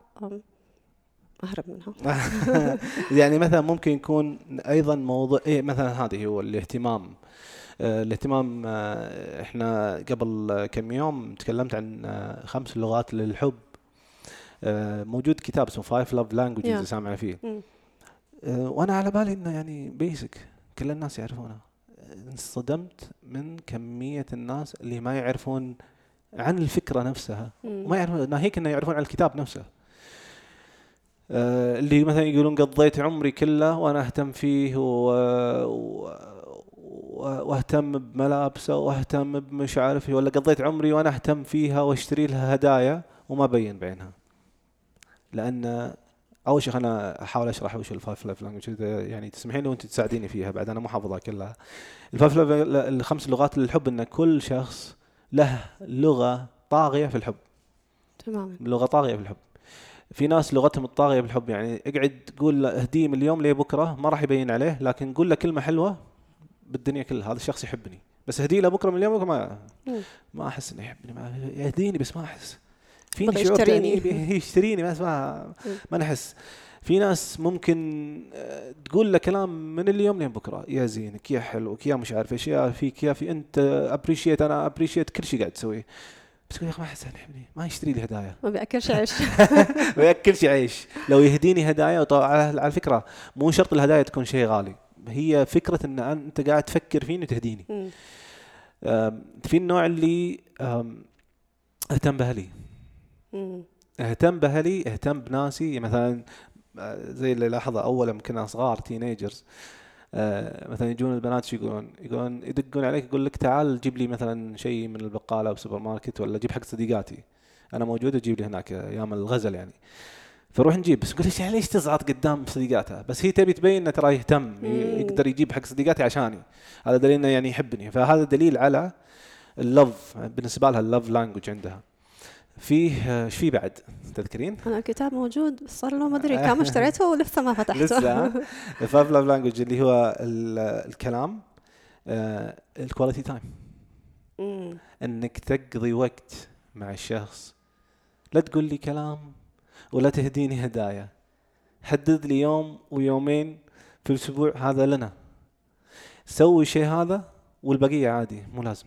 أهرب منها. يعني مثلا ممكن يكون أيضا موضوع إيه، مثلا هذه هو الاهتمام. آه الاهتمام. آه إحنا قبل كم يوم تكلمت عن آه خمس لغات للحب. آه موجود كتاب اسمه Five Love Languages، سامع فيه. آه وأنا على بالي إنه يعني بيسك كل الناس يعرفونه. انصدمت من كمية الناس اللي ما يعرفون عن الفكرة نفسها، وما يعرفون ناهيك إنه يعرفون عن الكتاب نفسه. آه اللي مثلا يقولون قضيت عمري كله وانا اهتم فيه و... و... واهتم بملابسه واهتم بمش عارف، ولا قضيت عمري وانا اهتم فيها واشتري لها هدايا وما بين بعينها. لان اول شيء انا احاول اشرح وش الفايف لايف لانجوج، يعني تسمحين لي وانت تساعديني فيها بعد، انا مو حافظها كلها. الفايف لايف الخمس لغات للحب، ان كل شخص له لغه طاغيه في الحب. تماما. لغه طاغيه في الحب. في ناس لغتهم الطاغيه بالحب يعني اقعد تقول له اهديه من اليوم لبكره ما راح يبين عليه، لكن قول له كلمه حلوه بالدنيا كلها هذا الشخص يحبني، بس اهديه له بكره من اليوم ما ما احس انه يحبني، ما يهديني بس ما احس فيني شعور ثاني يشتريني بس ما ما نحس. في ناس ممكن تقول له كلام من اليوم لين بكره، يا زينك يا حلوك يا مش عارف ايش يا فيك يا في انت ابريشيت، انا ابريشيت كل شيء قاعد تسويه، بس يقول يا اخي ما احس انه يحبني، ما يشتري لي هدايا، ما بياكلش عيش ما ياكلش عيش. لو يهديني هدايا، على فكره مو شرط الهدايا تكون شيء غالي، هي فكره ان انت قاعد تفكر فيني وتهديني. في النوع اللي اهتم باهلي، اهتم باهلي اهتم بناسي، مثلا زي اللي لاحظه اول ما كنا صغار تينيجرز، آه مثلا يجون البنات شو يقولون يقولون يدقون عليك يقول لك تعال جيب لي مثلا شيء من البقاله او سوبر ماركت، ولا جيب حق صديقاتي انا موجوده جيب لي هناك ايام الغزل يعني، فروح نجيب. بس يقول ليش ليش تزعط قدام صديقاتها، بس هي تبي تبين انه ترى يهتم يقدر يجيب حق صديقاتي عشاني، هذا دليل انه يعني يحبني، فهذا دليل على اللوف بالنسبه لها، اللوف لانجوج عندها. فيه ايش في بعد تذكرين؟ انا الكتاب موجود بس صار له ما ادري كم اشتريته ولسه ما فتحته. لسه الفايف لاف لانجوج اللي هو الكلام، الكواليتي تايم، انك تقضي وقت مع الشخص، لا تقول لي كلام ولا تهديني هدايا، حدد لي يوم ويومين في الاسبوع هذا لنا، سوي شيء هذا والبقيه عادي مو لازم.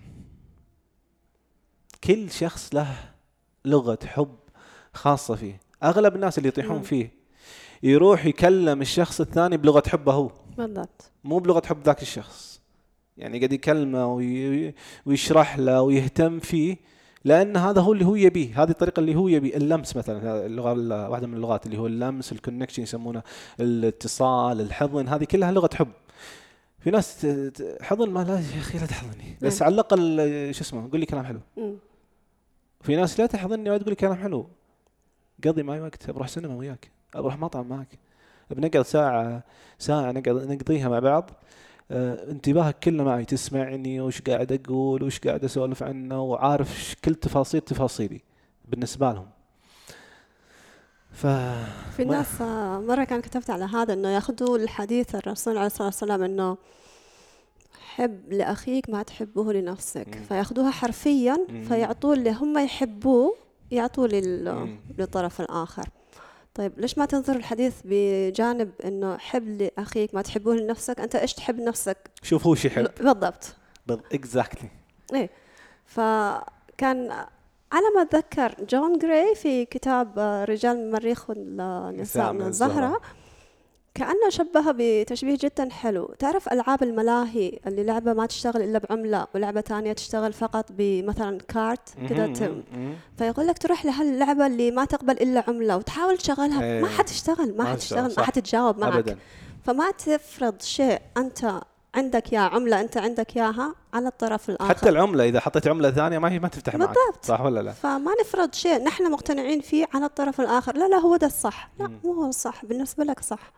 كل شخص له لغة حب خاصة فيه، أغلب الناس اللي يطيحون مم. فيه يروح يكلم الشخص الثاني بلغة حبه هو بالضبط، مو بلغة حب ذاك الشخص، يعني قاعد يكلمه وي... ويشرح له ويهتم فيه، لأن هذا هو اللي هو يبيه، هذه الطريقة اللي هو يبيه. اللمس مثلا، اللغة واحدة من اللغات اللي هو اللمس، الكونكشن يسمونه الاتصال، الحضن، هذه كلها لغة حب. في ناس حضن ما لا يا أخي لا تحضني، بس على الأقل شو اسمه قول لي كلام حلو. مم. في ناس لا تحضني وتقول لي كلام حلو، قضي معي وقت، بروح سينما وياك، بروح مطعم معك، بنقعد ساعة ساعة نقعد نقضيها مع بعض، اه انتباهك كله معي، تسمعني وش قاعد أقول وش قاعد أسولف عنه، وعارف كل تفاصيل تفاصيلي بالنسبة لهم. ف في ناس مرة كان كتبت على هذا إنه يأخذوا الحديث الرسول عليه الصلاة والسلام إنه حب لأخيك ما تحبه لنفسك، مم. فيأخذوها حرفيا، مم. فيعطوا اللي هم يحبوه يعطوا للطرف الآخر. طيب ليش ما تنظر الحديث بجانب إنه حب لأخيك ما تحبه لنفسك، أنت إيش تحب نفسك؟ شوف هو شي يحب بالضبط. exactly. إيه، فكان على ما أتذكر جون غراي في كتاب رجال من المريخ والنساء من الزهرة كأنه شبهها بتشبيه جدا حلو. تعرف ألعاب الملاهي اللي لعبة ما تشتغل إلا بعملة ولعبة تانية تشتغل فقط بمثلا كارت كده، فيقول لك تروح لهاللعبة اللي ما تقبل إلا عملة وتحاول تشغلها، ايه ما حتشتغل ما حتشتغل ما حتتجاوب معك أبداً. فما تفرض شيء أنت عندك يا عملة أنت عندك ياها على الطرف الآخر. حتى العملة إذا حطيت عملة ثانية ما هي ما تفتح معك، صح ولا لا؟ فما نفرض شيء نحن مقتنعين فيه على الطرف الآخر، لا لا هو ده الصح، لا مم. مو هو الصح بالنسبة لك صح.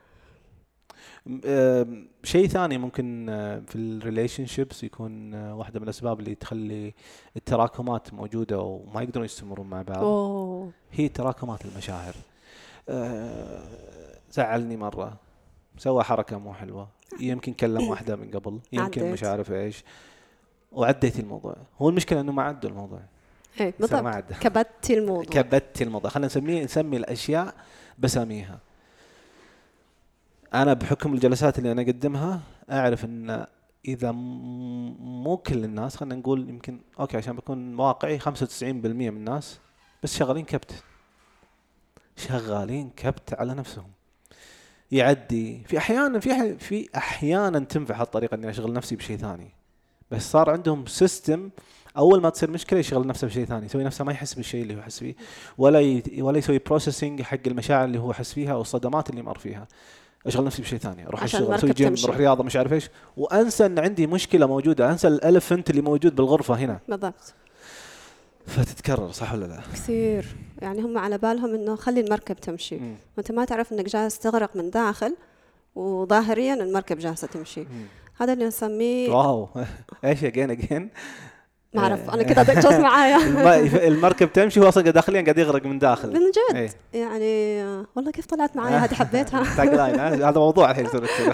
شيء ثاني ممكن في الريليشن شيبس يكون واحدة من الأسباب اللي تخلي التراكمات موجودة وما يقدرون يستمرون مع بعض. أوه. هي تراكمات المشاعر. زعلني مرة، سوى حركة مو حلوة، يمكن كلم واحدة من قبل، يمكن مش عارف إيش، وعديت الموضوع. هو المشكلة إنه ما عدوا الموضوع. إيه بالضبط. كبت الموضوع. كبت الموضوع. خلينا نسميه نسمي الأشياء بساميها. أنا بحكم الجلسات اللي أنا أقدمها أعرف أن إذا مو كل الناس، خلينا نقول يمكن أوكي عشان بكون واقعي، خمسة وتسعين بالمئة من الناس بس شغالين كبت، شغالين كبت على نفسهم. يعدي في أحيانا في في أحيانا تنفع هالطريقة إني أشغل نفسي بشيء ثاني، بس صار عندهم سيستم اول ما تصير مشكله يشغل نفسه بشيء ثاني، يسوي نفسه ما يحس بالشيء اللي هو يحس فيه، ولا ي... ولا يسوي بروسيسنج حق المشاعر اللي هو يحس فيها او الصدمات اللي مر فيها. اشغل نفسي بشيء ثاني، اروح اشتغل، اسوي جيم، اروح رياضه، مش عارف ايش، وانسى ان عندي مشكله موجوده، انسى الالفنت اللي موجود بالغرفه هنا. بالضبط. فتتكرر، صح ولا لا؟ كثير. يعني هم على بالهم انه خلي المركب تمشي، م. وانت ما تعرف انك جالس تغرق من داخل، وظاهريا المركب جالسه تمشي. م. هذا اللي نسميه واو. ايش اجين اجين ما اعرف انا كذا دكتور معايا. المركب تمشي هو اصلا داخليا قاعد يغرق من داخل من جد. ايه؟ يعني والله كيف طلعت معايا هذه، حبيتها. هذا موضوع الحين.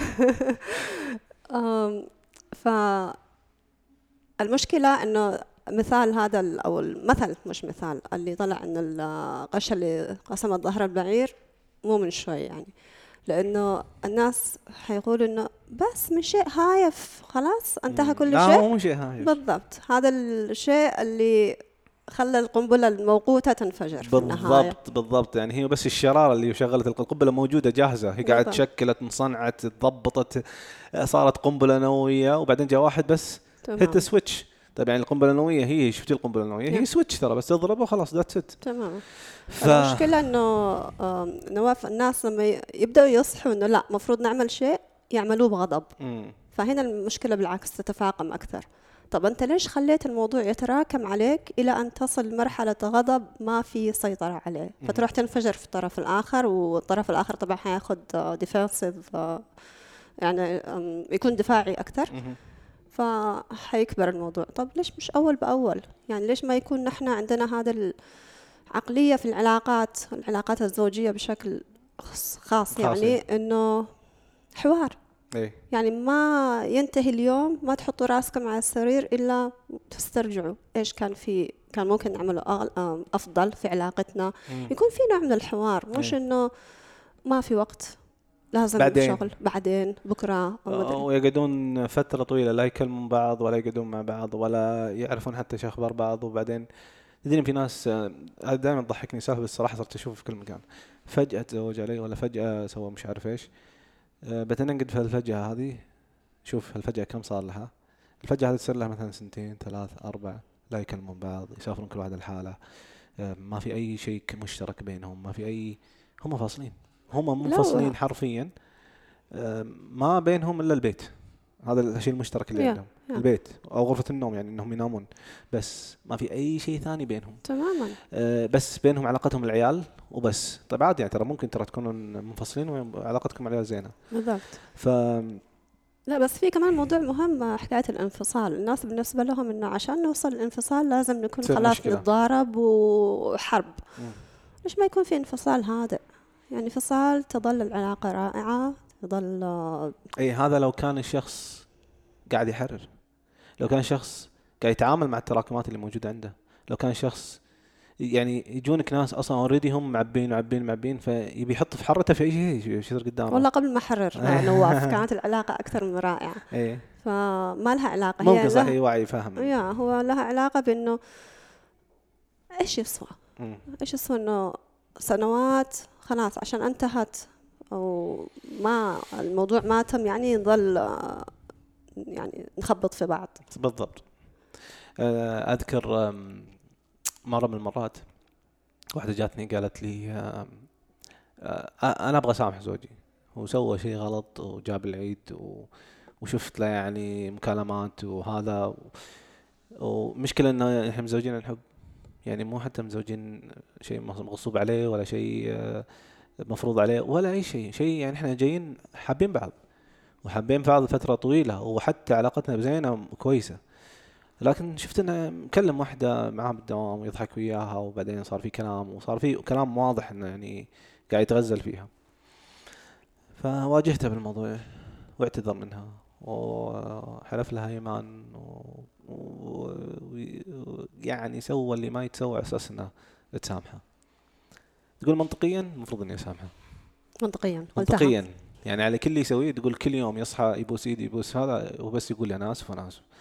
فالمشكله انه مثال هذا او المثل، مش مثال، اللي طلع ان القشه اللي قسمت ظهر البعير مو من شوي، يعني لانه الناس حيقولوا انه بس من شيء هايف خلاص انتهى كل لا شيء. لا مو شيء هايف. بالضبط، هذا الشيء اللي خلى القنبله الموقوته تنفجر في النهايه. بالضبط بالضبط. يعني هي بس الشراره اللي شغلت القنبله موجوده جاهزه، هي قاعده تشكلت، انصنعت، تضبطت، صارت قنبله نوويه، وبعدين جاء واحد بس هيت سويتش. طيب يعني القنبله النوويه هي، شفتي القنبله النوويه هي سويتش ترى، بس تضربه وخلاص ذاتس ات. تمام. ف... المشكله انه نواف الناس لما يبداوا يصحوا انه لا مفروض نعمل شيء يعملوه بغضب. م. فهنا المشكله بالعكس تتفاقم اكثر. طب انت ليش خليت الموضوع يتراكم عليك الى ان تصل لمرحله غضب ما في سيطره عليه، م. فتروح تنفجر في الطرف الاخر، والطرف الاخر طبعا حياخذ ديفنسيف، يعني يكون دفاعي اكثر. م. فحيكبر الموضوع. طب ليش مش أول بأول؟ يعني ليش ما يكون نحن عندنا هذا العقلية في العلاقات، العلاقات الزوجية بشكل خاص، يعني إنه حوار. إيه؟ يعني ما ينتهي اليوم ما تحطوا راسكم على السرير إلا تسترجعوا إيش كان في، كان ممكن نعمله أفضل في علاقتنا. مم. يكون في نوع من الحوار، مش إيه؟ إنه ما في وقت، لازم بعدين. شغل بعدين بكرة، ويقعدون فترة طويلة لا يكلمون بعض ولا يقعدون مع بعض ولا يعرفون حتى شو أخبار بعض. وبعدين تدرين في ناس، هذا دائما تضحكني سالفة الصراحة، صرت أشوف في كل مكان، فجأة تزوج علي ولا فجأة سوى مش عارف إيش. بتنقد في الفجأة هذه. شوف الفجأة كم صار لها؟ الفجأة هذه تصير لها مثلا سنتين ثلاث أربع لا يكلمون بعض، يسافرون كل واحد الحالة، ما في أي شيء مشترك بينهم، ما في أي، هم فاصلين، هم منفصلين حرفيا، ما بينهم إلا البيت. هذا الشيء المشترك اللي عندهم، البيت أو غرفة النوم، يعني إنهم ينامون بس، ما في أي شيء ثاني بينهم تماما. بس بينهم علاقتهم العيال وبس. طيب عادي يعني، ترى ممكن ترى تكونوا منفصلين وعلاقتكم العيال زينة. بالضبط. ف لا بس في كمان موضوع مهم، حكاية الانفصال. الناس بالنسبة لهم إنه عشان نوصل الانفصال لازم نكون خلاص نتضارب وحرب. م. ليش ما يكون في انفصال هادئ؟ يعني انفصال تظل العلاقة رائعة، تظل. أي هذا لو كان الشخص قاعد يحرر، لو كان شخص قاعد يتعامل مع التراكمات اللي موجودة عنده، لو كان شخص يعني يجونك ناس اصلا اوريدي هم معبين معبين معبين، فيبي يحط في حرته في اي شيء يصير قدامه. والله قبل ما احرر نواف كانت العلاقه اكثر من رائعه. ايه. فما لها علاقه، ممكن صح وعي فاهم. يا هو لها علاقه بانه ايش يسوى، م. ايش يسوى انه سنوات خلاص عشان انتهت او ما الموضوع ما تم، يعني نظل يعني نخبط في بعض. بالضبط. اذكر مرة من المرات واحدة جاتني قالت لي آآ آآ أنا أبغى أسامح زوجي، وسوى شيء غلط وجاب العيد وشفت له يعني مكالمات وهذا، ومشكلة إنه إحنا مزوجين الحب، يعني مو حتى مزوجين شيء مغصوب عليه ولا شيء مفروض عليه ولا أي شيء شيء يعني إحنا جايين حابين بعض وحابين بعض فترة طويلة، وحتى علاقتنا بزينة كويسة. لكن شفت انه مكلم واحدة معاه بالدوام ويضحك وياها، وبعدين صار في كلام وصار في كلام واضح انه يعني قاعد يتغزل فيها. فواجهته بالموضوع واعتذر منها وحلف لها ايمان ويعني و... سوى اللي ما يتسوى على اساس انه تسامحه. تقول منطقيا المفروض اني اسامحه، منطقيا منطقيا يعني على كل اللي يسويه. تقول كل يوم يصحى يبوس ايدي يبوس هذا وبس، يقول انا اسف انا اسف،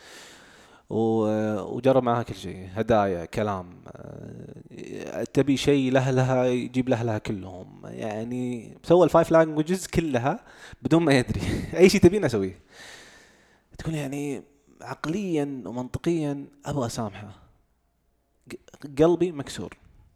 وجرب معها كل شيء، هدايا، كلام، تبي شيء لأهلها يجيب لأهلها كلهم، يعني سوى الفايف لانجويجز كلها بدون ما يدري. أي شيء تبين أسويه. تقول يعني عقليا ومنطقيا ابغى اسامحه، قلبي مكسور.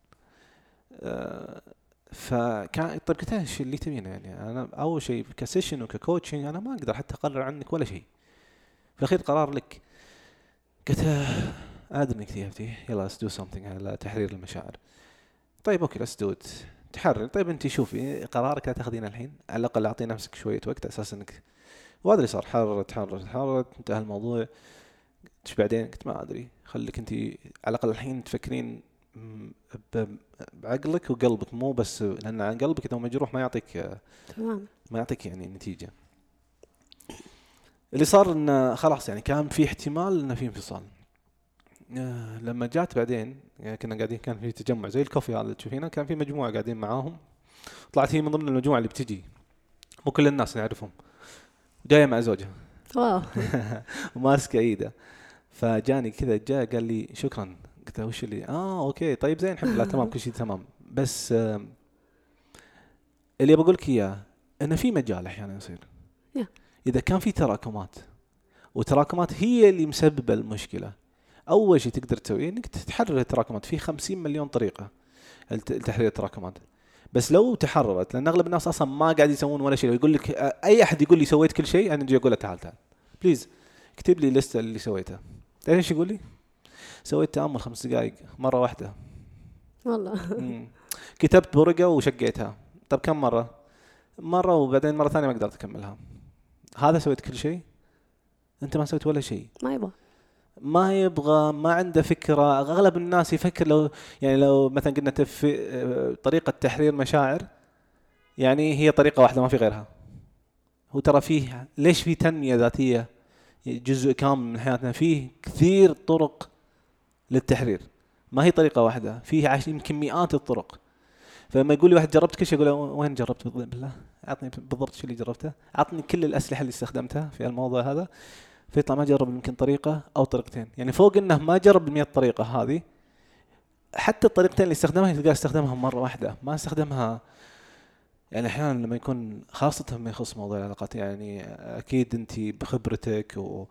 أه فكان طيب قلت له ايش اللي تبينه يعني؟ انا اول شيء كسيشن وككوتشنج انا ما اقدر حتى اقرر عنك ولا شيء، في الاخير قرار لك. قلت له ادري انك كتبتي، يلا let's do something على تحرير المشاعر. طيب اوكي let's do it. تحرر. طيب انت شوفي قرارك لا تاخذينه الحين، على الاقل اعطي نفسك شويه وقت اساس انك، وهذا اللي صار. حررت حررت حررت انتهى الموضوع. ايش بعدين؟ قلت ما ادري، خليك انت على الاقل الحين تفكرين بعقلك وقلبك، مو بس لان عن قلبك اذا مجروح ما يعطيك تمام، ما يعطيك يعني نتيجه. اللي صار انه خلاص يعني كان في احتمال انه في انفصال. لما جات بعدين يعني كنا قاعدين، كان في تجمع زي الكوفي هذا تشوفينه، كان في مجموعه قاعدين معاهم، طلعت هي من ضمن المجموعه اللي بتجي، مو كل الناس نعرفهم، جايه مع زوجها واو وماسكه ايده. فجاني كذا جاء قال لي شكرا. قلت له وش اللي اه اوكي طيب زين الحمد لله تمام كل شيء تمام. بس آه اللي بقول لك اياه انه في مجال احيانا يصير اذا كان في تراكمات، وتراكمات هي اللي مسببه المشكله. اول شيء تقدر تسويه انك تحرر التراكمات. في خمسين مليون طريقه لتحرير التراكمات، بس لو تحررت، لان اغلب الناس اصلا ما قاعد يسوون ولا شيء. يقول لك اي احد يقول لي سويت كل شيء، انا اجي اقول له تعال تعال بليز اكتب لي لسته اللي سويتها. تعرف ايش يقول لي؟ سويت تامل خمس دقائق مره واحده والله كتبت ورقه وشقيتها. طب كم مره؟ مره وبعدين مره ثانيه ما قدرت اكملها. هذا سويت كل شيء؟ انت ما سويت ولا شيء. ما يبغى ما يبغى، ما عنده فكره. اغلب الناس يفكر لو يعني لو مثلا قلنا في طريقه تحرير مشاعر يعني هي طريقه واحده ما في غيرها. هو ترى فيه ليش في تنميه ذاتيه جزء كامل من حياتنا، فيه كثير طرق للتحرير، ما هي طريقه واحده، فيه عشرين كميات الطرق. فلما يقول لي واحد جربت كل شيء، اقول له وين جربت بالله؟ اعطني بالضبط شو اللي جربته، اعطني كل الاسلحه اللي استخدمتها في الموضوع هذا. فيطلع ما جرب يمكن طريقه او طريقتين، يعني فوق انه ما جرب المية طريقه هذه، حتى الطريقتين اللي استخدمها تلقى استخدمها مره واحده، ما استخدمها. يعني احيانا لما يكون خاصه لما يخص موضوع العلاقات، يعني اكيد انت بخبرتك و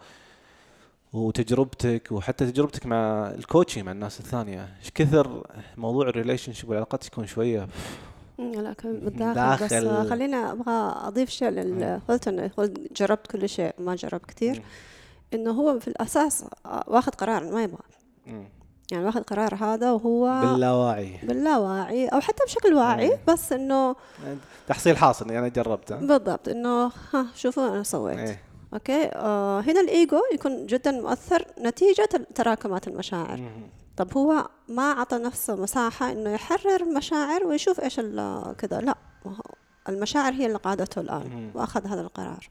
وتجربتك وحتى تجربتك مع الكوتشي مع الناس الثانيه، ايش كثر موضوع الريليشن شيب والعلاقات يكون شويه لا بالداخل. بس خلينا ابغى اضيف شيء للقلت انه جربت كل شيء ما جرب كثير. انه هو في الاساس واخذ قرار ما يبغى، يعني واخذ قرار هذا وهو باللاواعي باللاواعي او حتى بشكل واعي، بس انه تحصيل حاصل يعني جربته بالضبط. انه ها شوفوا انا سويت ايه. اوكي آه هنا الايجو يكون جدا مؤثر نتيجه تراكمات المشاعر. مم. طب هو ما عطى نفسه مساحه انه يحرر مشاعر ويشوف ايش كذا، لا المشاعر هي اللي قادته الان. مم. واخذ هذا القرار.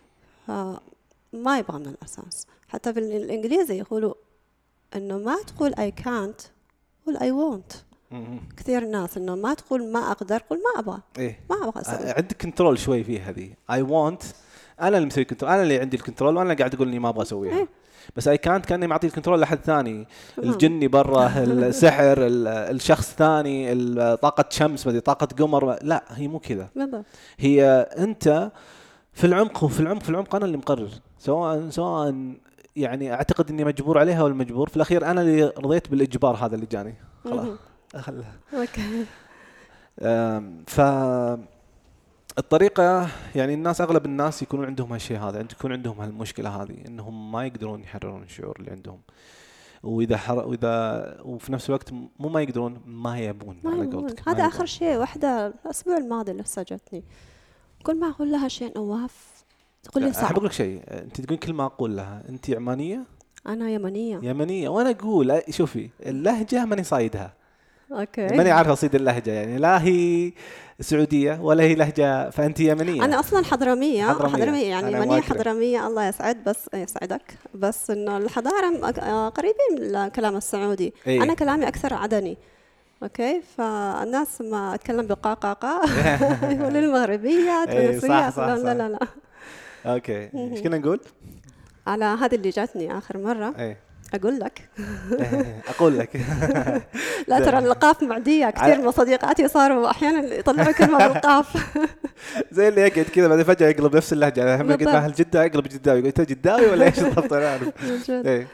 ما يبغى من الاساس. حتى بالانجليزي يقولوا انه ما تقول I can't، قول I won't. مم. كثير ناس انه ما تقول ما اقدر، قول ما ابغى. إيه؟ ما ابغى اسوي. عندك كنترول شوي فيه هذه I want، انا اللي مسوي كنترول، انا اللي عندي الكنترول، وانا قاعد اقول اني ما ابغى اسويها. إيه؟ بس اي كانت كاني معطي الكنترول لحد ثاني، الجني برا، السحر، الشخص ثاني، طاقه شمس، بدي طاقه قمر. لا هي مو كذا. هي انت في العمق، وفي العمق في العمق انا اللي مقرر، سواء سواء يعني اعتقد اني مجبور عليها ولا مجبور. في الاخير انا اللي رضيت بالاجبار هذا اللي جاني خلاص اخلها. اوكي. ف الطريقة يعني الناس أغلب الناس يكونون عندهم هالشيء هذا، يكون عندهم هالمشكلة هذه، إنهم ما يقدرون يحررون الشعور اللي عندهم، وإذا حر... وإذا وفي نفس الوقت مو ما يقدرون، ما يبون على قولتك. هذا آخر شيء. واحدة الأسبوع الماضي لسه جتني، كل ما أقول لها شيء نواف تقول لي صعب. أحب أقول لك شيء، أنت تقول كل ما أقول لها أنت عمانية، أنا يمنية يمنية، وأنا أقول شوفي اللهجة ماني صايدها. اوكي. ماني عارفه اصيد اللهجه، يعني لا هي سعوديه ولا هي لهجه، فانت يمنيه. انا اصلا حضرميه حضرميه, حضرمية يعني يمنيه حضرميه. الله يسعد بس يسعدك. بس انه الحضاره قريبين من الكلام السعودي. إيه؟ انا كلامي اكثر عدني. اوكي. فالناس ما اتكلم بقاقاقا يقولوا المغربيه تونسيه. لا لا لا لا اوكي. ايش كنا نقول على هذه اللي جاتني اخر مره؟ ايه أقول لك أقول لك لا ترى القاف معدية كثير من صديقاتي صاروا أحيانا يطلعوا كلمة بالقاف. زي اللي يقعد كذا بعدين فجأة يقلب نفس اللهجة. هم يقعد مع الجدة يقلب جداوي يقول أنت جداوي ولا إيش بالضبط أنا أعرف. إيه.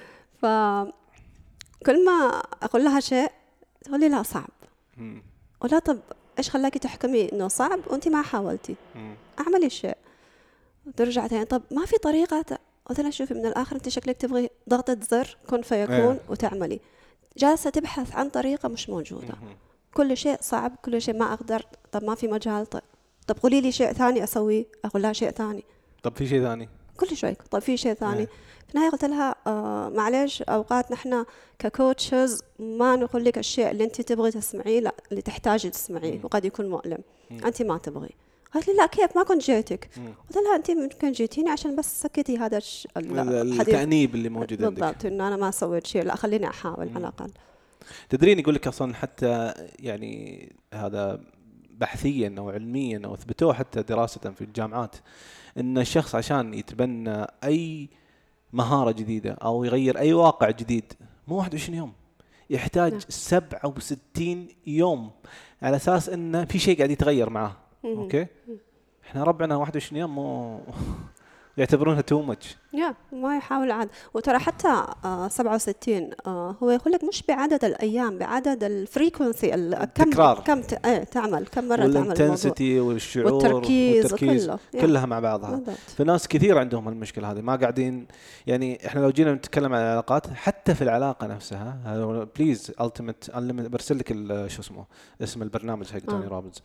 فكل ما أقول لها شيء تقول لي لا صعب. ولا طب إيش خلاكي تحكمي إنه صعب وأنت ما حاولتي؟ أعملي الشيء. ترجع تاني طب ما في طريقة. قلت لها شوفي من الآخر أنت شكلك تبغي ضغطة زر كن فيكون إيه. وتعملي. جالسة تبحث عن طريقة مش موجودة. كل شيء صعب كل شيء ما أقدر. طب ما في مجال. طب, طب قولي لي شيء ثاني أسويه. أقول لها شيء ثاني. طب في شيء ثاني كل شوي طب في شيء ثاني. إيه. في النهاية قلت لها آه معلش أوقات نحن ككوتشز ما نقول لك الشيء اللي أنت تبغي تسمعيه لا اللي تحتاجي تسمعيه وقد يكون مؤلم. أنت ما تبغي. قالت لي لا كيف ما كنت جيتك. قلت لها أنت ممكن جيتيني عشان بس سكتي هذا التأنيب اللي موجود عندك. بالضبط إنه أنا ما سويت شيء لا خليني أحاول على الأقل. تدرين يقول لك أصلا حتى يعني هذا بحثيا أو علميا أو أثبتوه حتى دراسة في الجامعات إن الشخص عشان يتبنى أي مهارة جديدة أو يغير أي واقع جديد مو واحد وعشرين يوم يحتاج سبعة وستين يوم على أساس إنه في شيء قاعد يتغير معه. أوكي إحنا ربعنا واحد وعشرين يوم مو يعتبرونها تو ماتش. يا ما يحاول عاد. وترى حتى آه سبعة وستين آه هو يقول لك مش بعدد الأيام بعدد الفريكونسي كم كم ت... ايه تعمل كم مرة تعمل والانتنسيتي والشعور والتركيز, والتركيز كله. كلها مع بعضها. في ناس كثير عندهم المشكلة هذه ما قاعدين يعني إحنا لو جينا نتكلم عن العلاقات حتى في العلاقة نفسها بليز ألتيميت برسل لك شو اسمه اسم البرنامج حق توني روبنز.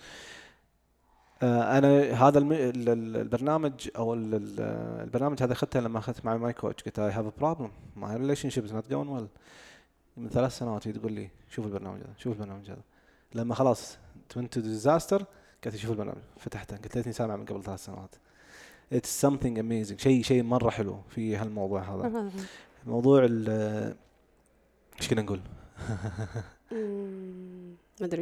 أنا هذا البرنامج أو البرنامج هذا أخذته لما أخذت مع ماي كوتش قلت I have a problem my relationship is not going well من ثلاث سنوات تقول لي شوف البرنامج هذا شوف البرنامج هذا لما خلاص went to disaster قلت شوف البرنامج فتحته قلت ليتني سامع من قبل ثلاث سنوات. It's something amazing شيء شيء مرة حلو في هالموضوع هذا. موضوع ال إيش كنا نقول ما أدري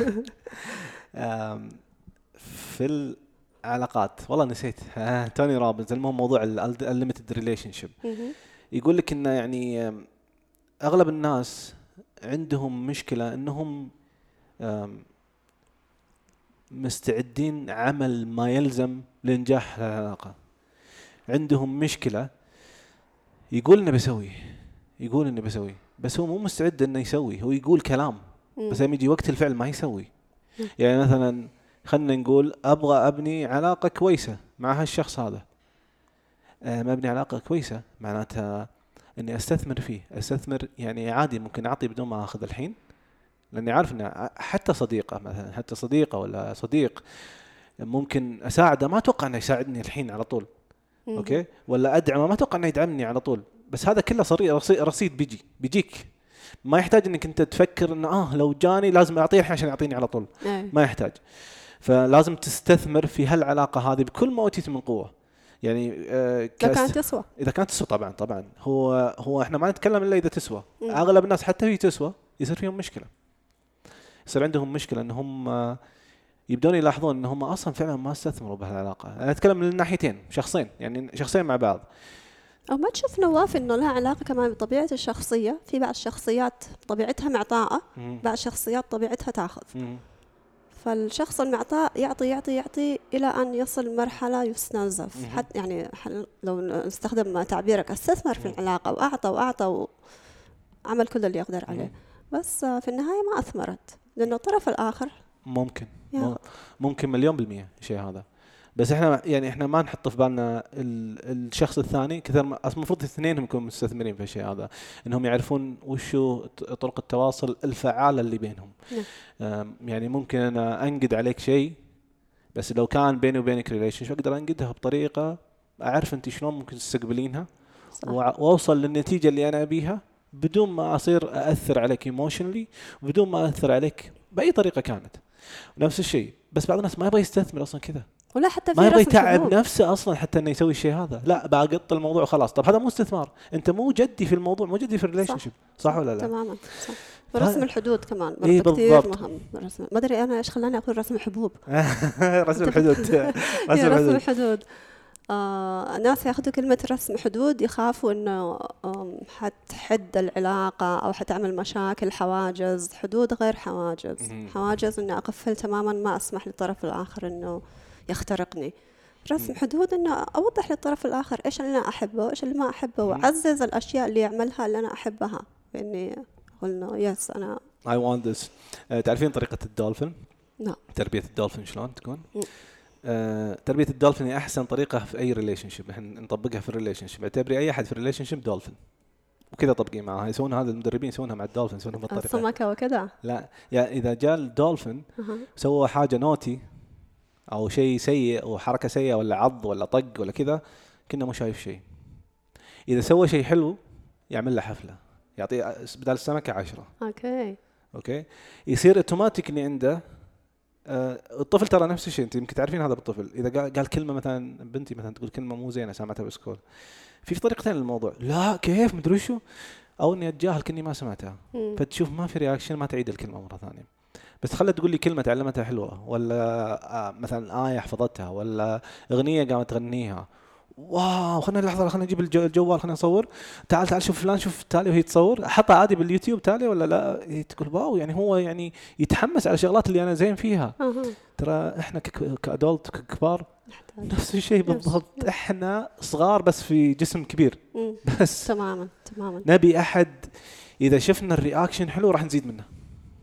في العلاقات والله نسيت توني روبنز. المهم موضوع الليميتد ريليشن شيب يقول لك إنه يعني أغلب الناس عندهم مشكلة إنهم مستعدين عمل ما يلزم لإنجاح العلاقة. عندهم مشكلة يقول إنه بسوي يقول إنه بسوي بس هو مو مستعد إنه يسوي. هو يقول كلام بس لما يجي وقت الفعل ما يسوي. يعني مثلا خلنا نقول أبغى أبني علاقة كويسة مع هالشخص هذا. ما أبني علاقة كويسة معناتها إني أستثمر فيه. أستثمر يعني عادي ممكن أعطي بدون ما أخذ الحين لأني عارف إن حتى صديقة مثلا حتى صديقة ولا صديق ممكن أساعده ما أتوقع إنه يساعدني الحين على طول. أوكي ولا أدعمه ما أتوقع إنه يدعمني على طول. بس هذا كله صريح رصيد بيجي بيجيك ما يحتاج إنك أنت تفكر إنه آه لو جاني لازم أعطيه الحين عشان يعطيني على طول. ما يحتاج. فلازم تستثمر في هالعلاقة هذه بكل ما أوتيت من قوة. يعني آه إذا كانت تسوى إذا كانت تسوى طبعا طبعا هو هو إحنا ما نتكلم إلا إذا تسوى. م. أغلب الناس حتى هي تسوى يصير فيهم مشكلة. يصير عندهم مشكلة إنهم آه يبدون يلاحظون إنهم أصلا فعلا ما استثمروا بهالعلاقة. أنا أتكلم من الناحيتين شخصين يعني شخصين مع بعض. أو ما تشوف نواف إنه لها علاقة كمان بطبيعة الشخصية. في بعض الشخصيات طبيعتها معطاءة بعض الشخصيات طبيعتها تأخذ. م. فالشخص المعطاء يعطي يعطي يعطي إلى أن يصل مرحلة يستنزف. حتى يعني لو نستخدم تعبيرك استثمر في العلاقة وأعطى وأعطى وعمل كل اللي يقدر عليه بس في النهاية ما أثمرت لأنه الطرف الآخر ممكن يا. ممكن مليون بالمية شيء هذا. بس احنا يعني احنا ما نحط في بالنا الشخص الثاني كثر ما المفروض الاثنين هم يكونوا مستثمرين في الشيء هذا انهم يعرفون وشو طرق التواصل الفعالة اللي بينهم. يعني ممكن انا انقد عليك شيء بس لو كان بيني وبينك ريليشن شو اقدر انقدها بطريقة اعرف انت شلون ممكن تستقبلينها واوصل للنتيجة اللي انا ابيها بدون ما اصير اثر عليك ايموشنلي وبدون ما اثر عليك باي طريقة كانت. نفس الشيء بس بعض الناس ما يبغى يستثمر اصلا كذا ولا حتى ما يبغى يتعب نفسه اصلا حتى انه يسوي الشيء هذا. لا بقط الموضوع وخلاص. طب هذا مو استثمار. انت مو جدي في الموضوع مو جدي في الريليشن شيب صح ولا لا؟ تماما صح. ورسم الحدود كمان إيه كثير مهم. رسم ما ادري انا ايش خلاني اقول رسم حبوب رسم الحدود رسم الحدود, الحدود. آه الناس ياخذوا كلمة رسم حدود يخافوا انه حتحد العلاقة او حتعمل مشاكل حواجز. حدود غير حواجز. حواجز اني اقفل تماما ما اسمح للطرف الاخر انه يخترقني. رسم حدود إنه أوضح للطرف الآخر إيش اللي أنا أحبه وإيش اللي ما أحبه، وأعزز الأشياء اللي يعملها اللي أنا أحبها، إني قلنا يس أنا I want this. uh, تعرفين طريقة الدولفين؟ نعم. تربية الدولفين شلون تكون؟ آه، تربية الدولفين هي أحسن طريقة في أي ريليشن شيب. إحنا نطبقها في الريليشن شيب. اعتبري أي أحد في الريليشن شيب دولفين وكذا طبقي معها. يسوون هذا المدربين يسوونها مع الدولفين، يسوونها بالطريقة السمكة وكذا. لا يعني إذا جاء الدولفين سوى حاجة نوتي أو شيء سيء أو حركة سيئة ولا عض ولا طق ولا كذا كنا مو شايف شيء. إذا سوى شيء حلو يعمل له حفلة، يعطي بدال السمكة عشرة. أوكي. أوكي. يصير اوتوماتيكلي عنده آه الطفل ترى نفس الشيء. انت يمكن تعرفين هذا بالطفل. اذا قال, قال كلمه مثلا بنتي مثلا تقول كلمه مو زينه سمعتها بالسكول، في طريقتين للموضوع. لا كيف مدري شو، او اني اتجاهل كني ما سمعتها، فتشوف ما في رياكشن ما تعيد الكلمه مره ثانيه. بس خلت تقول لي كلمه تعلمتها حلوه، ولا آه مثلا ايه حفظتها، ولا اغنيه قامت تغنيها، واو خلينا لحظه خلينا نجيب الجوال خلينا نصور، تعال تعال شوف فلان شوف تالي وهي تصور، احطها عادي باليوتيوب تالي ولا لا، تقول واو يعني هو يعني يتحمس على الشغلات اللي انا زين فيها. ترى احنا كادولت ككبار نفس الشيء بالضبط. احنا صغار بس في جسم كبير. بس تماما تماما نبي احد اذا شفنا الرياكشن حلو راح نزيد منه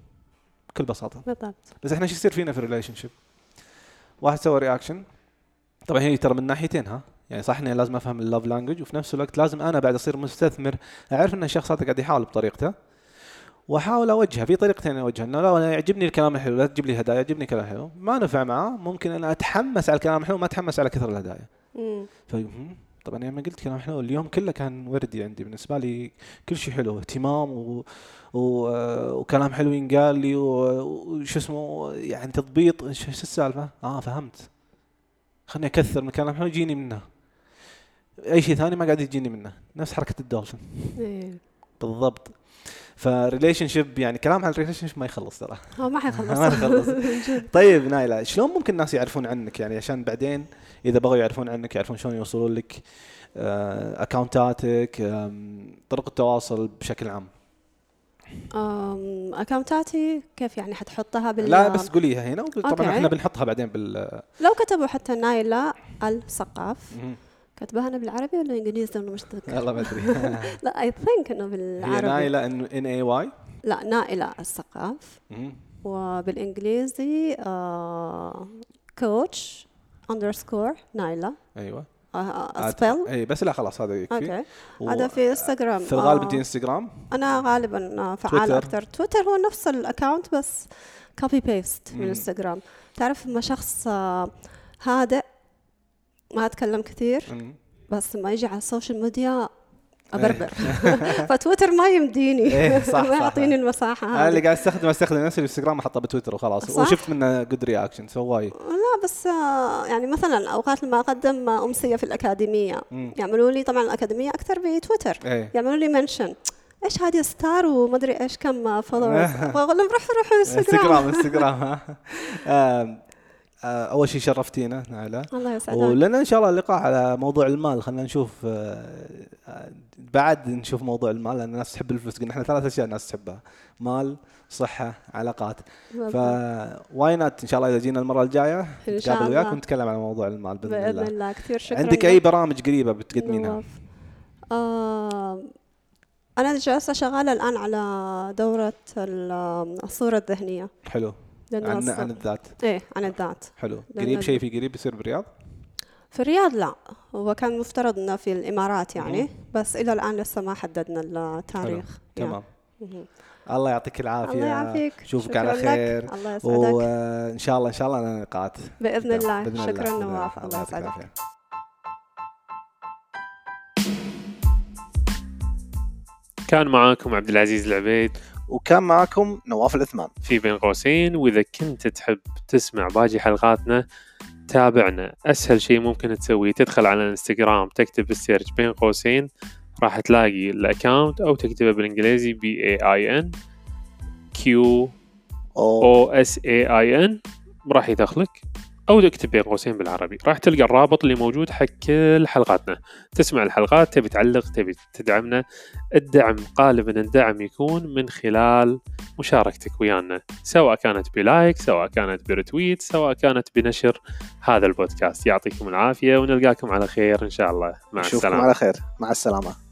بكل بساطه. بالضبط. بس احنا شو يصير فينا في الريليشن شيب؟ واحد سوى رياكشن، طبعا هي ترى من ناحيتين ها، يعني صح اني لازم افهم اللوف لانجوج، وفي نفس الوقت لازم انا بعد اصير مستثمر اعرف ان الشخص هذا قاعد يحاول بطريقته، واحاول اوجهه في طريقتين. اوجهه انه لا انا يعجبني الكلام الحلو لا تجيب لي هدايا، يعجبني كلام حلو ما نفع معاه، ممكن انا اتحمس على الكلام الحلو ما اتحمس على كثر الهدايا. امم طبعا انا ما قلت كلام حلو اليوم كله كان وردي عندي، بالنسبه لي كل شيء حلو، اهتمام و... و... وكلام حلو ينقال لي وش اسمه يعني تضبيط. ايش السالفه؟ اه فهمت، خلني اكثر من كلام حلو يجيني منه، اي شيء ثاني ما قاعد يجيني منه. نفس حركه الدولفين بالضبط. فريليشن شيب يعني كلام عن الريليشن شيب ما يخلص ترى. هو ما حيخلص. ما يخلص. طيب نايلة شلون ممكن الناس يعرفون عنك يعني عشان بعدين اذا بغوا يعرفون عنك يعرفون شلون يوصلون لك، اكاونتاتك، طرق التواصل بشكل عام؟ أم اكاونتاتي كيف يعني حتحطها بال لا بس قوليها هنا طبعا احنا بنحطها بعدين بال لو كتبوا حتى نايلة الثقاف كتبها أنا بالعربي ولا إنجليزي ولا مش متذكر. والله ما أدري. لا I think إنه بالعربي. هي نايلة إنه N A Y. لا نائلة الثقاف. وبالإنجليزي آه coach underscore نايلة. أيوة. أسبل. أي بس لا خلاص هذا يكفي. أوكي. هذا في إنستغرام. في الغالب أنت إنستغرام. أنا غالبا فعال أكتر. تويتر هو نفس الأكاونت بس copy paste من إنستغرام. تعرف ما شخص آه هادئ ما أتكلم كثير مم. بس ما يجي على السوشيال ميديا أبربر. فتويتر ما يمديني ما يعطيني المساحة هذه. أنا اللي قاعد أستخدم أستخدم نفس الإنستغرام أحطه بتويتر وخلاص وشفت منه good reaction سواي. لا بس يعني مثلا أوقات لما أقدم أمسية في الأكاديمية مم. يعملوا لي طبعا الأكاديمية أكثر بتويتر ايه. يعملوا لي منشن إيش هذه ستار وما أدري إيش كم فولورز وأقول لهم روح روح إنستغرام إنستغرام. أول شيء شرفتينا نايلة الله يسعدك ولنا إن شاء الله اللقاء على موضوع المال. خلنا نشوف بعد نشوف موضوع المال لأن الناس تحب الفلوس. قلنا إحنا ثلاث أشياء الناس تحبها مال صحة علاقات. فواينات إن شاء الله إذا جينا المرة الجاية نتقابل وياك ونتكلم على موضوع المال بإذن, بإذن الله. الله كثير شكرا. عندك أي برامج قريبة بتقدمينها؟ آه أنا جالسة شغالة الآن على دورة الصورة الذهنية. حلو. عن عن الذات. ايه عن الذات. حلو. قريب شيء في قريب يصير بالرياض؟ في الرياض لا هو كان مفترض انه في الامارات يعني مم. بس الى الان لسه ما حددنا التاريخ. تمام. الله يعطيك العافيه. الله يعافيك. اشوفك على خير. الله يسعدك. وان شاء الله ان شاء الله لنا لقاءات باذن الله. بإذن شكرا الله. نواف. الله يسعدك. كان معاكم عبد العزيز العبيد وكان معكم نواف العثمان في بين قوسين. وإذا كنت تحب تسمع باقي حلقاتنا تابعنا. أسهل شيء ممكن تسويه تدخل على الانستغرام تكتب بالسيرش بين قوسين راح تلاقي الأكاونت أو تكتبه بالإنجليزي B A I N Q O S A I N راح يدخلك أو اكتب بين قوسين بالعربي، راح تلقى الرابط اللي موجود حق كل حلقاتنا. تسمع الحلقات، تبي تعلق، تبي تدعمنا. الدعم غالبا الدعم يكون من خلال مشاركتك ويانا، سواء كانت بلايك، سواء كانت برتويت، سواء كانت بنشر هذا البودكاست. يعطيكم العافية ونلقاكم على خير إن شاء الله. مع السلامة. نشوفكم على خير. مع السلامة.